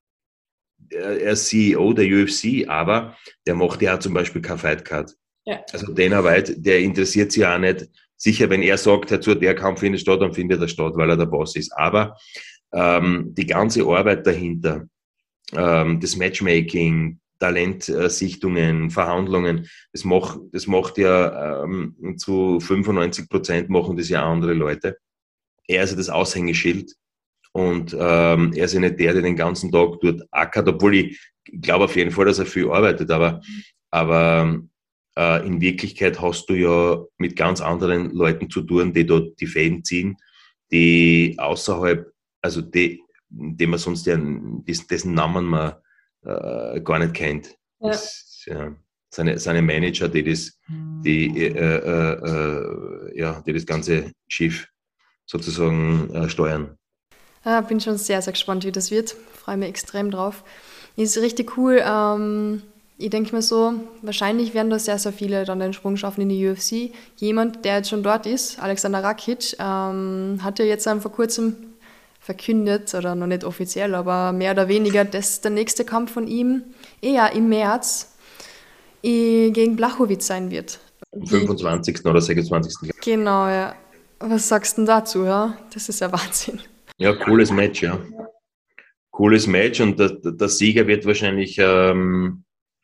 der er ist C E O der U F C, aber der macht ja zum Beispiel keine Fight Card. Ja. Also Dana White, der interessiert sich auch nicht. Sicher, wenn er sagt, dazu der Kampf findet statt, dann findet er statt, weil er der Boss ist. Aber ähm, die ganze Arbeit dahinter, ähm, das Matchmaking, Talentsichtungen, Verhandlungen, das macht, das macht ja ähm, zu fünfundneunzig Prozent machen das ja andere Leute. Er ist ja das Aushängeschild und ähm, er ist ja nicht der, der den ganzen Tag dort ackert, obwohl ich glaube auf jeden Fall, dass er viel arbeitet, aber, aber äh, in Wirklichkeit hast du ja mit ganz anderen Leuten zu tun, die dort die Fäden ziehen, die außerhalb, also die, die man sonst ja, dessen Namen man äh, gar nicht kennt. Ja. Das, ja, seine, seine Manager, die das, die, äh, äh, äh, ja, die das ganze Schiff sozusagen äh, steuern. Ja, bin schon sehr, sehr gespannt, wie das wird. Freue mich extrem drauf. Ist richtig cool. Ähm, ich denke mir so, wahrscheinlich werden da sehr, sehr viele dann den Sprung schaffen in die U F C. Jemand, der jetzt schon dort ist, Alexander Rakic, ähm, hat ja jetzt vor kurzem verkündet, oder noch nicht offiziell, aber mehr oder weniger, dass der nächste Kampf von ihm eher im März gegen Blachowicz sein wird. Am fünfundzwanzigsten oder sechsundzwanzigsten Genau, ja. Was sagst du denn dazu? Ja? Das ist ja Wahnsinn. Ja, cooles Match, ja. Cooles Match und der, der Sieger wird wahrscheinlich ähm,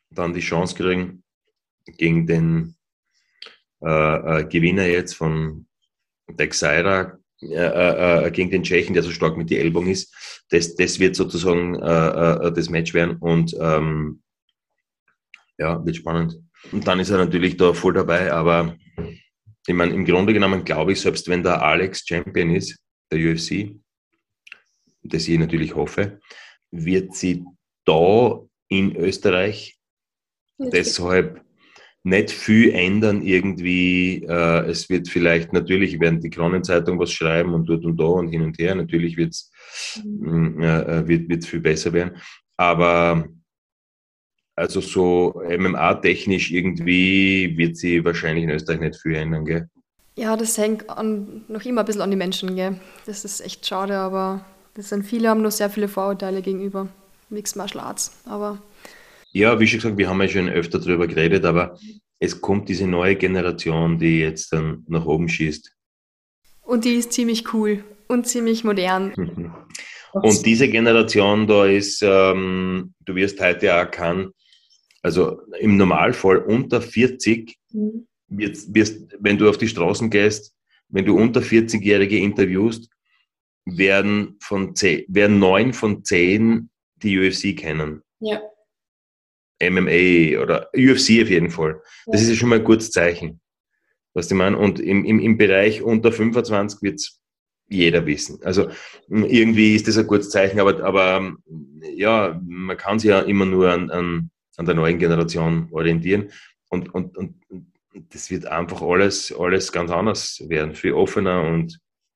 dann die Chance kriegen, gegen den äh, äh, Gewinner jetzt von Teixeira, äh, äh, gegen den Tschechen, der so stark mit den Ellbogen ist. Das, das wird sozusagen äh, äh, das Match werden und ähm, ja, wird spannend. Und dann ist er natürlich da voll dabei, aber ich meine, im Grunde genommen glaube ich, selbst wenn der Alex Champion ist, der U F C, das ich natürlich hoffe, wird sie da in Österreich nicht deshalb nicht viel ändern irgendwie. Äh, es wird vielleicht, natürlich werden die Kronenzeitung was schreiben und dort und da und hin und her. Natürlich wird's, mhm. äh, wird es viel besser werden. Aber also so M M A-technisch irgendwie wird sie wahrscheinlich in Österreich nicht viel ändern, gell? Ja, das hängt an, noch immer ein bisschen an die Menschen, gell? Das ist echt schade, aber das sind viele, haben noch sehr viele Vorurteile gegenüber Mixed Martial Arts, aber... Ja, wie schon gesagt, wir haben ja schon öfter darüber geredet, aber es kommt diese neue Generation, die jetzt dann nach oben schießt. Und die ist ziemlich cool und ziemlich modern. Und diese Generation da ist, ähm, du wirst heute auch kann, also im Normalfall unter vierzig, mhm. wirst, wirst, wenn du auf die Straßen gehst, wenn du unter vierzig-Jährige interviewst, werden von zehn, werden neun von zehn die U F C kennen. Ja. M M A oder U F C auf jeden Fall. Das ja. ist ja schon mal ein gutes Zeichen. Was ich meine? Und im, im, im Bereich unter fünfundzwanzig wird es jeder wissen. Also irgendwie ist das ein gutes Zeichen, aber, aber ja, man kann sich ja immer nur an, an, an der neuen Generation orientieren und, und, und das wird einfach alles, alles ganz anders werden, viel offener und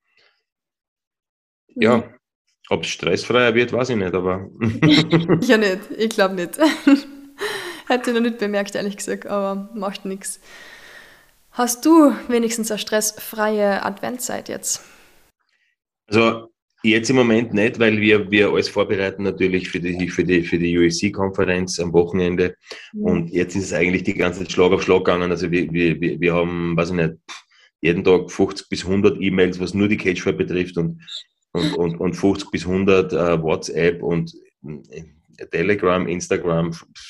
ja, ja ob es stressfreier wird, weiß ich nicht, aber... Ja nicht, ich glaube nicht. Hätte ich noch nicht bemerkt, ehrlich gesagt, aber macht nichts. Hast du wenigstens eine stressfreie Adventzeit jetzt? Also jetzt im Moment nicht, weil wir, wir alles vorbereiten natürlich für die, für die, für die U F C-Konferenz am Wochenende. Mhm. Und jetzt ist es eigentlich die ganze Zeit Schlag auf Schlag gegangen. Also wir, wir, wir haben, weiß ich nicht, jeden Tag fünfzig bis hundert E-Mails, was nur die Cagefight betrifft und, und, und, und fünfzig bis hundert äh, WhatsApp und äh, Telegram, Instagram.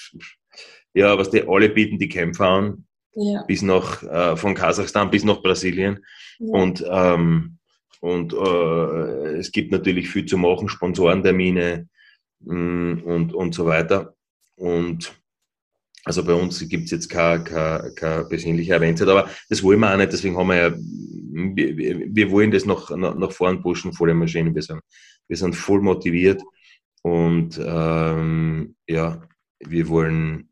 Ja, was die alle bieten, die Kämpfer an. Ja. Bis nach, äh, von Kasachstan bis nach Brasilien. Ja. Und, ähm, und äh, es gibt natürlich viel zu machen, Sponsorentermine mh, und, und so weiter. Und also bei uns gibt es jetzt keine, keine, keine persönliche Erwähnung, aber das wollen wir auch nicht, deswegen haben wir ja, wir, wir wollen das noch, noch, noch vorn pushen, volle Maschine. Wir sind, wir sind voll motiviert und ähm, ja, wir wollen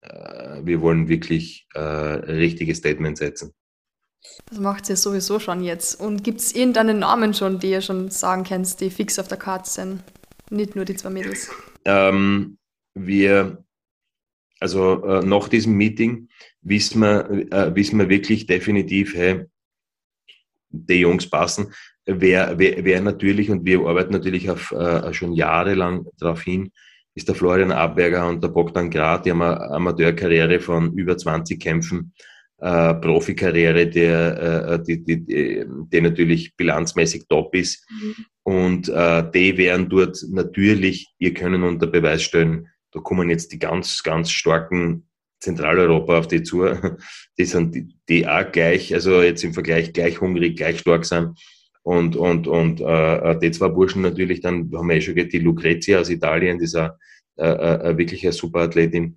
wir wollen wirklich äh, richtige Statements setzen. Das macht ihr sowieso schon jetzt. Und gibt es irgendeinen Namen schon, die ihr schon sagen könnt, die fix auf der Karte sind? Nicht nur die zwei Mädels. Ähm, wir, also äh, nach diesem Meeting wissen wir, äh, wissen wir wirklich definitiv, hey, die Jungs passen. Wer, wer, wer natürlich, und wir arbeiten natürlich auf, äh, schon jahrelang darauf hin, ist der Florian Abberger und der Bogdan Grad, die haben eine Amateurkarriere von über zwanzig Kämpfen, äh, Profikarriere, der, äh, die, die, die, die natürlich bilanzmäßig top ist. Mhm. Und äh, die werden dort natürlich ihr Können unter Beweis stellen. Da kommen jetzt die ganz, ganz starken Zentraleuropa auf die zu. Die sind die, die auch gleich, also jetzt im Vergleich gleich hungrig, gleich stark sind. Und, und, und äh, die zwei Burschen natürlich, dann haben wir eh schon gehört, die Lucrezia aus Italien, die ist auch, äh, äh, wirklich eine super Athletin.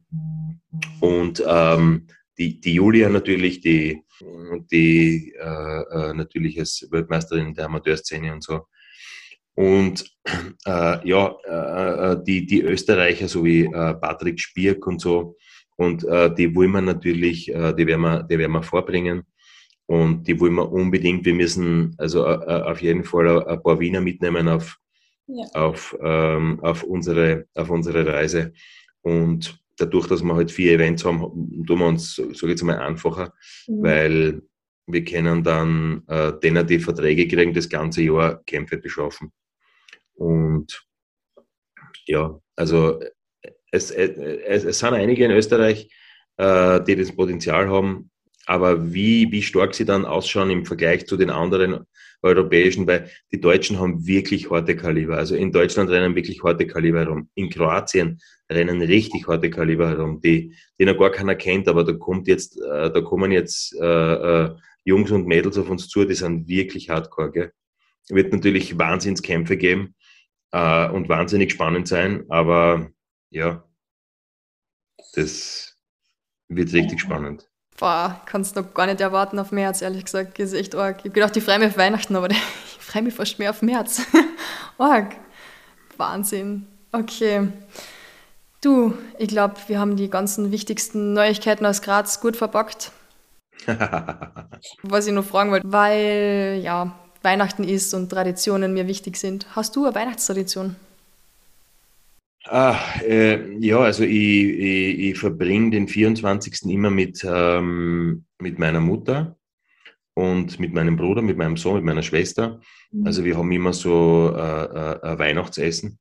Und ähm, die, die Julia natürlich, die, die äh, äh, natürlich als Weltmeisterin der Amateurszene und so. Und äh, ja, äh, die, die Österreicher, so wie äh, Patrick Spierk und so, und äh, die wollen wir natürlich, äh, die werden wir, die werden wir vorbringen. Und die wollen wir unbedingt, wir müssen also äh, auf jeden Fall ein paar Wiener mitnehmen auf, ja. auf, ähm, auf, unsere, auf unsere Reise. Und dadurch, dass wir halt vier Events haben, tun wir uns, sage ich jetzt mal, einfacher, mhm. weil wir können dann äh, denen die Verträge kriegen, das ganze Jahr Kämpfe beschaffen. Und ja, also es, es, es sind einige in Österreich, äh, die das Potenzial haben, aber wie, wie stark sie dann ausschauen im Vergleich zu den anderen europäischen, weil die Deutschen haben wirklich harte Kaliber. Also in Deutschland rennen wirklich harte Kaliber rum. In Kroatien rennen richtig harte Kaliber herum, die, die noch gar keiner kennt, aber da kommt jetzt, äh, da kommen jetzt äh, äh, Jungs und Mädels auf uns zu, die sind wirklich hardcore, gell? Wird natürlich Wahnsinnskämpfe geben äh, und wahnsinnig spannend sein, aber ja, das wird richtig spannend. Boah, kannst noch gar nicht erwarten auf März, ehrlich gesagt. Das ist echt arg. Ich habe gedacht, ich freue mich auf Weihnachten, aber ich freue mich fast mehr auf März. Arg. Wahnsinn. Okay. Du, ich glaube, wir haben die ganzen wichtigsten Neuigkeiten aus Graz gut verpackt. Was ich noch fragen wollte, weil ja Weihnachten ist und Traditionen mir wichtig sind. Hast du eine Weihnachtstradition? Ah, äh, ja, also ich, ich, ich verbringe den vierundzwanzigsten immer mit, ähm, mit meiner Mutter und mit meinem Bruder, mit meinem Sohn, mit meiner Schwester. Also wir haben immer so äh, äh, ein Weihnachtsessen,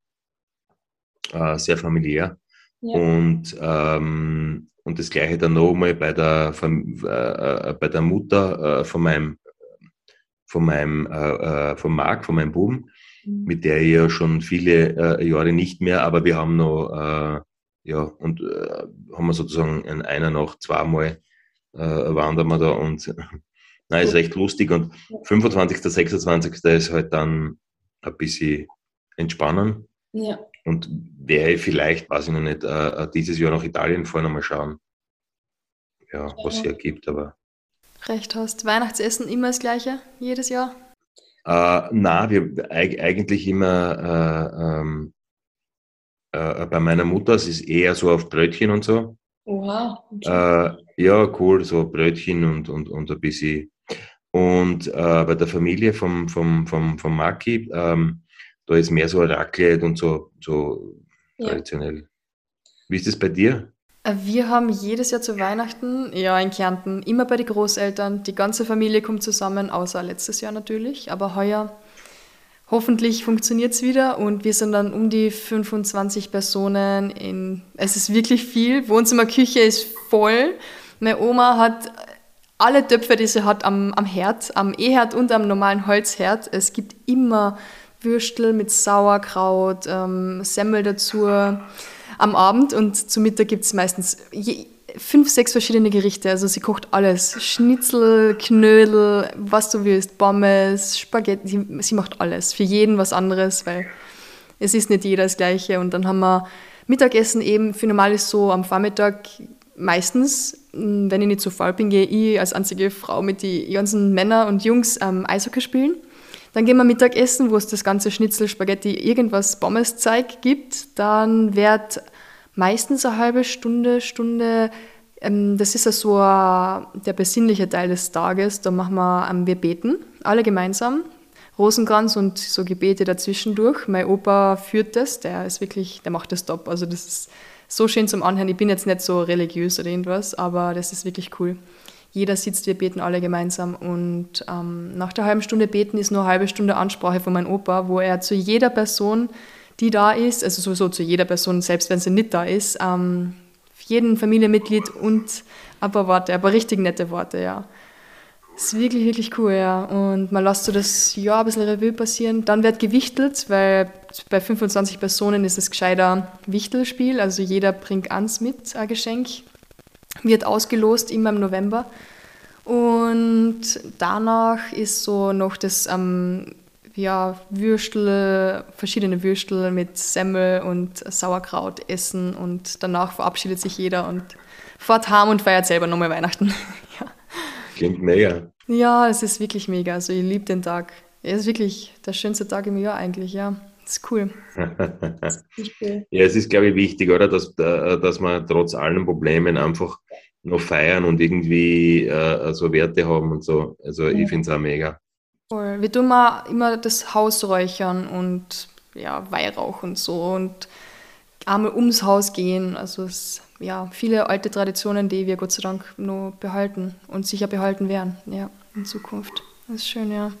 äh, sehr familiär. Ja. Und, ähm, und das gleiche dann nochmal bei der, Fam- äh, äh, bei der Mutter äh, von meinem, von meinem, äh, äh, von Marc, von meinem Buben, mit der ich ja schon viele äh, Jahre nicht mehr, aber wir haben noch, äh, ja, und äh, haben wir sozusagen in einer Nacht zweimal äh, wandern wir da und nein, ist recht lustig und fünfundzwanzigsten, sechsundzwanzigsten ist halt dann ein bisschen entspannen Ja. und wäre ich vielleicht, weiß ich noch nicht, äh, dieses Jahr nach Italien fahren und mal schauen, ja, was sich ergibt, aber Recht hast. Weihnachtsessen immer das gleiche, jedes Jahr? Äh, na, wir eig eigentlich immer äh, ähm, äh, bei meiner Mutter, es ist eher so auf Brötchen und so. Oha. Okay. Äh, ja, cool, so Brötchen und, und, und ein bisschen. Und äh, bei der Familie vom, vom, vom, vom Maki, ähm, da ist mehr so Raclette und so, so Ja. traditionell. Wie ist das bei dir? Äh, Wir haben jedes Jahr zu Weihnachten, ja, in Kärnten, immer bei den Großeltern. Die ganze Familie kommt zusammen, außer letztes Jahr natürlich. Aber heuer, hoffentlich funktioniert es wieder und wir sind dann um die fünfundzwanzig Personen. In, es ist wirklich viel. Wohnzimmerküche ist voll. Meine Oma hat alle Töpfe, die sie hat, am, am Herd, am E-Herd und am normalen Holzherd. Es gibt immer Würstel mit Sauerkraut, ähm, Semmel dazu am Abend und zu Mittag gibt es meistens je, fünf, sechs verschiedene Gerichte. Also sie kocht alles. Schnitzel, Knödel, was du willst, Pommes, Spaghetti. Sie, sie macht alles. Für jeden was anderes, weil es ist nicht jeder das Gleiche. Und dann haben wir Mittagessen eben. Für normal ist so am Vormittag meistens, wenn ich nicht so faul bin, gehe ich als einzige Frau mit den ganzen Männern und Jungs ähm, Eishockey spielen. Dann gehen wir Mittagessen, wo es das ganze Schnitzel, Spaghetti, irgendwas Pommes-Zeug gibt. Dann wird meistens eine halbe Stunde, Stunde, ähm, das ist ja so ein, der besinnliche Teil des Tages, da machen wir, ähm, wir beten, alle gemeinsam, Rosenkranz und so Gebete dazwischendurch. Mein Opa führt das, der ist wirklich, der macht das top, also das ist so schön zum Anhören. Ich bin jetzt nicht so religiös oder irgendwas, aber das ist wirklich cool. Jeder sitzt, wir beten alle gemeinsam und ähm, nach der halben Stunde beten ist nur eine halbe Stunde Ansprache von meinem Opa, wo er zu jeder Person, die da ist, also sowieso zu jeder Person, selbst wenn sie nicht da ist, ähm, jeden Familienmitglied und ein paar Worte, ein paar richtig nette Worte, ja. Das ist wirklich, wirklich cool, ja. Und man lässt so das Jahr ein bisschen Revue passieren. Dann wird gewichtelt, weil bei fünfundzwanzig Personen ist es gescheiter Wichtelspiel, also jeder bringt eins mit, ein Geschenk. Wird ausgelost, immer im November. Und danach ist so noch das ähm, ja, Würstel, verschiedene Würstel mit Semmel und Sauerkraut essen und danach verabschiedet sich jeder und fährt heim und feiert selber nochmal Weihnachten. Ja. Klingt mega. Ja, es ist wirklich mega. Also ich liebe den Tag. Er ist wirklich der schönste Tag im Jahr eigentlich, ja. Das ist cool. Ja, es ist, glaube ich, wichtig, oder, dass, dass wir trotz allen Problemen einfach noch feiern und irgendwie äh, so Werte haben und so. Also ich finde es auch mega. Voll. Wir tun mal immer das Haus räuchern und ja, Weihrauch und so und einmal ums Haus gehen. Also es ja viele alte Traditionen, die wir Gott sei Dank noch behalten und sicher behalten werden, ja, in Zukunft. Das ist schön, ja.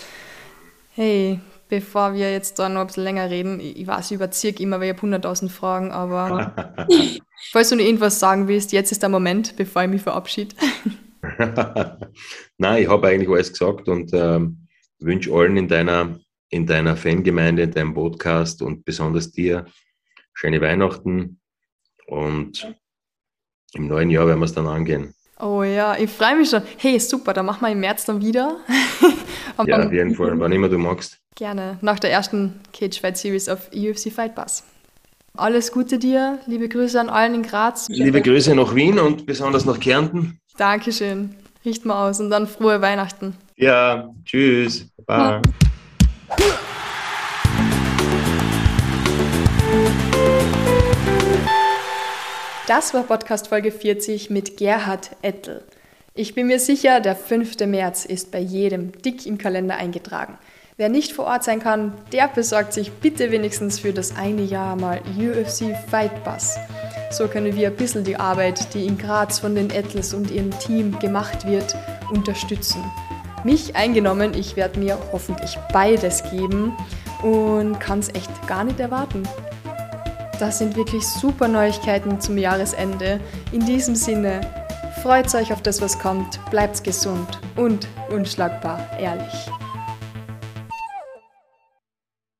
Hey, bevor wir jetzt da noch ein bisschen länger reden, ich weiß, ich überziehe immer, weil ich habe hunderttausend Fragen, aber falls du noch irgendwas sagen willst, jetzt ist der Moment, bevor ich mich verabschiede. Nein, ich habe eigentlich alles gesagt und ähm, wünsche allen in deiner, in deiner Fangemeinde, in deinem Podcast und besonders dir schöne Weihnachten, Und im neuen Jahr werden wir es dann angehen. Oh ja, ich freue mich schon. Hey, super, dann machen wir im März dann wieder. Ja, auf jeden Fall, wann immer du magst. Gerne, nach der ersten Cage Fight Series auf U F C Fight Pass. Alles Gute dir, liebe Grüße an allen in Graz. Liebe Grüße nach Wien und besonders nach Kärnten. Dankeschön, richten wir aus und dann frohe Weihnachten. Ja, tschüss. Baba. Das war Podcast Folge vierzig mit Gerhard Ettel. Ich bin mir sicher, der fünfte März ist bei jedem dick im Kalender eingetragen. Wer nicht vor Ort sein kann, der besorgt sich bitte wenigstens für das eine Jahr mal U F C Fight Pass. So können wir ein bisschen die Arbeit, die in Graz von den Ettels und ihrem Team gemacht wird, unterstützen. Mich eingenommen, ich werde mir hoffentlich beides geben und kann es echt gar nicht erwarten. Das sind wirklich super Neuigkeiten zum Jahresende. In diesem Sinne, freut euch auf das, was kommt, bleibt gesund und unschlagbar ehrlich.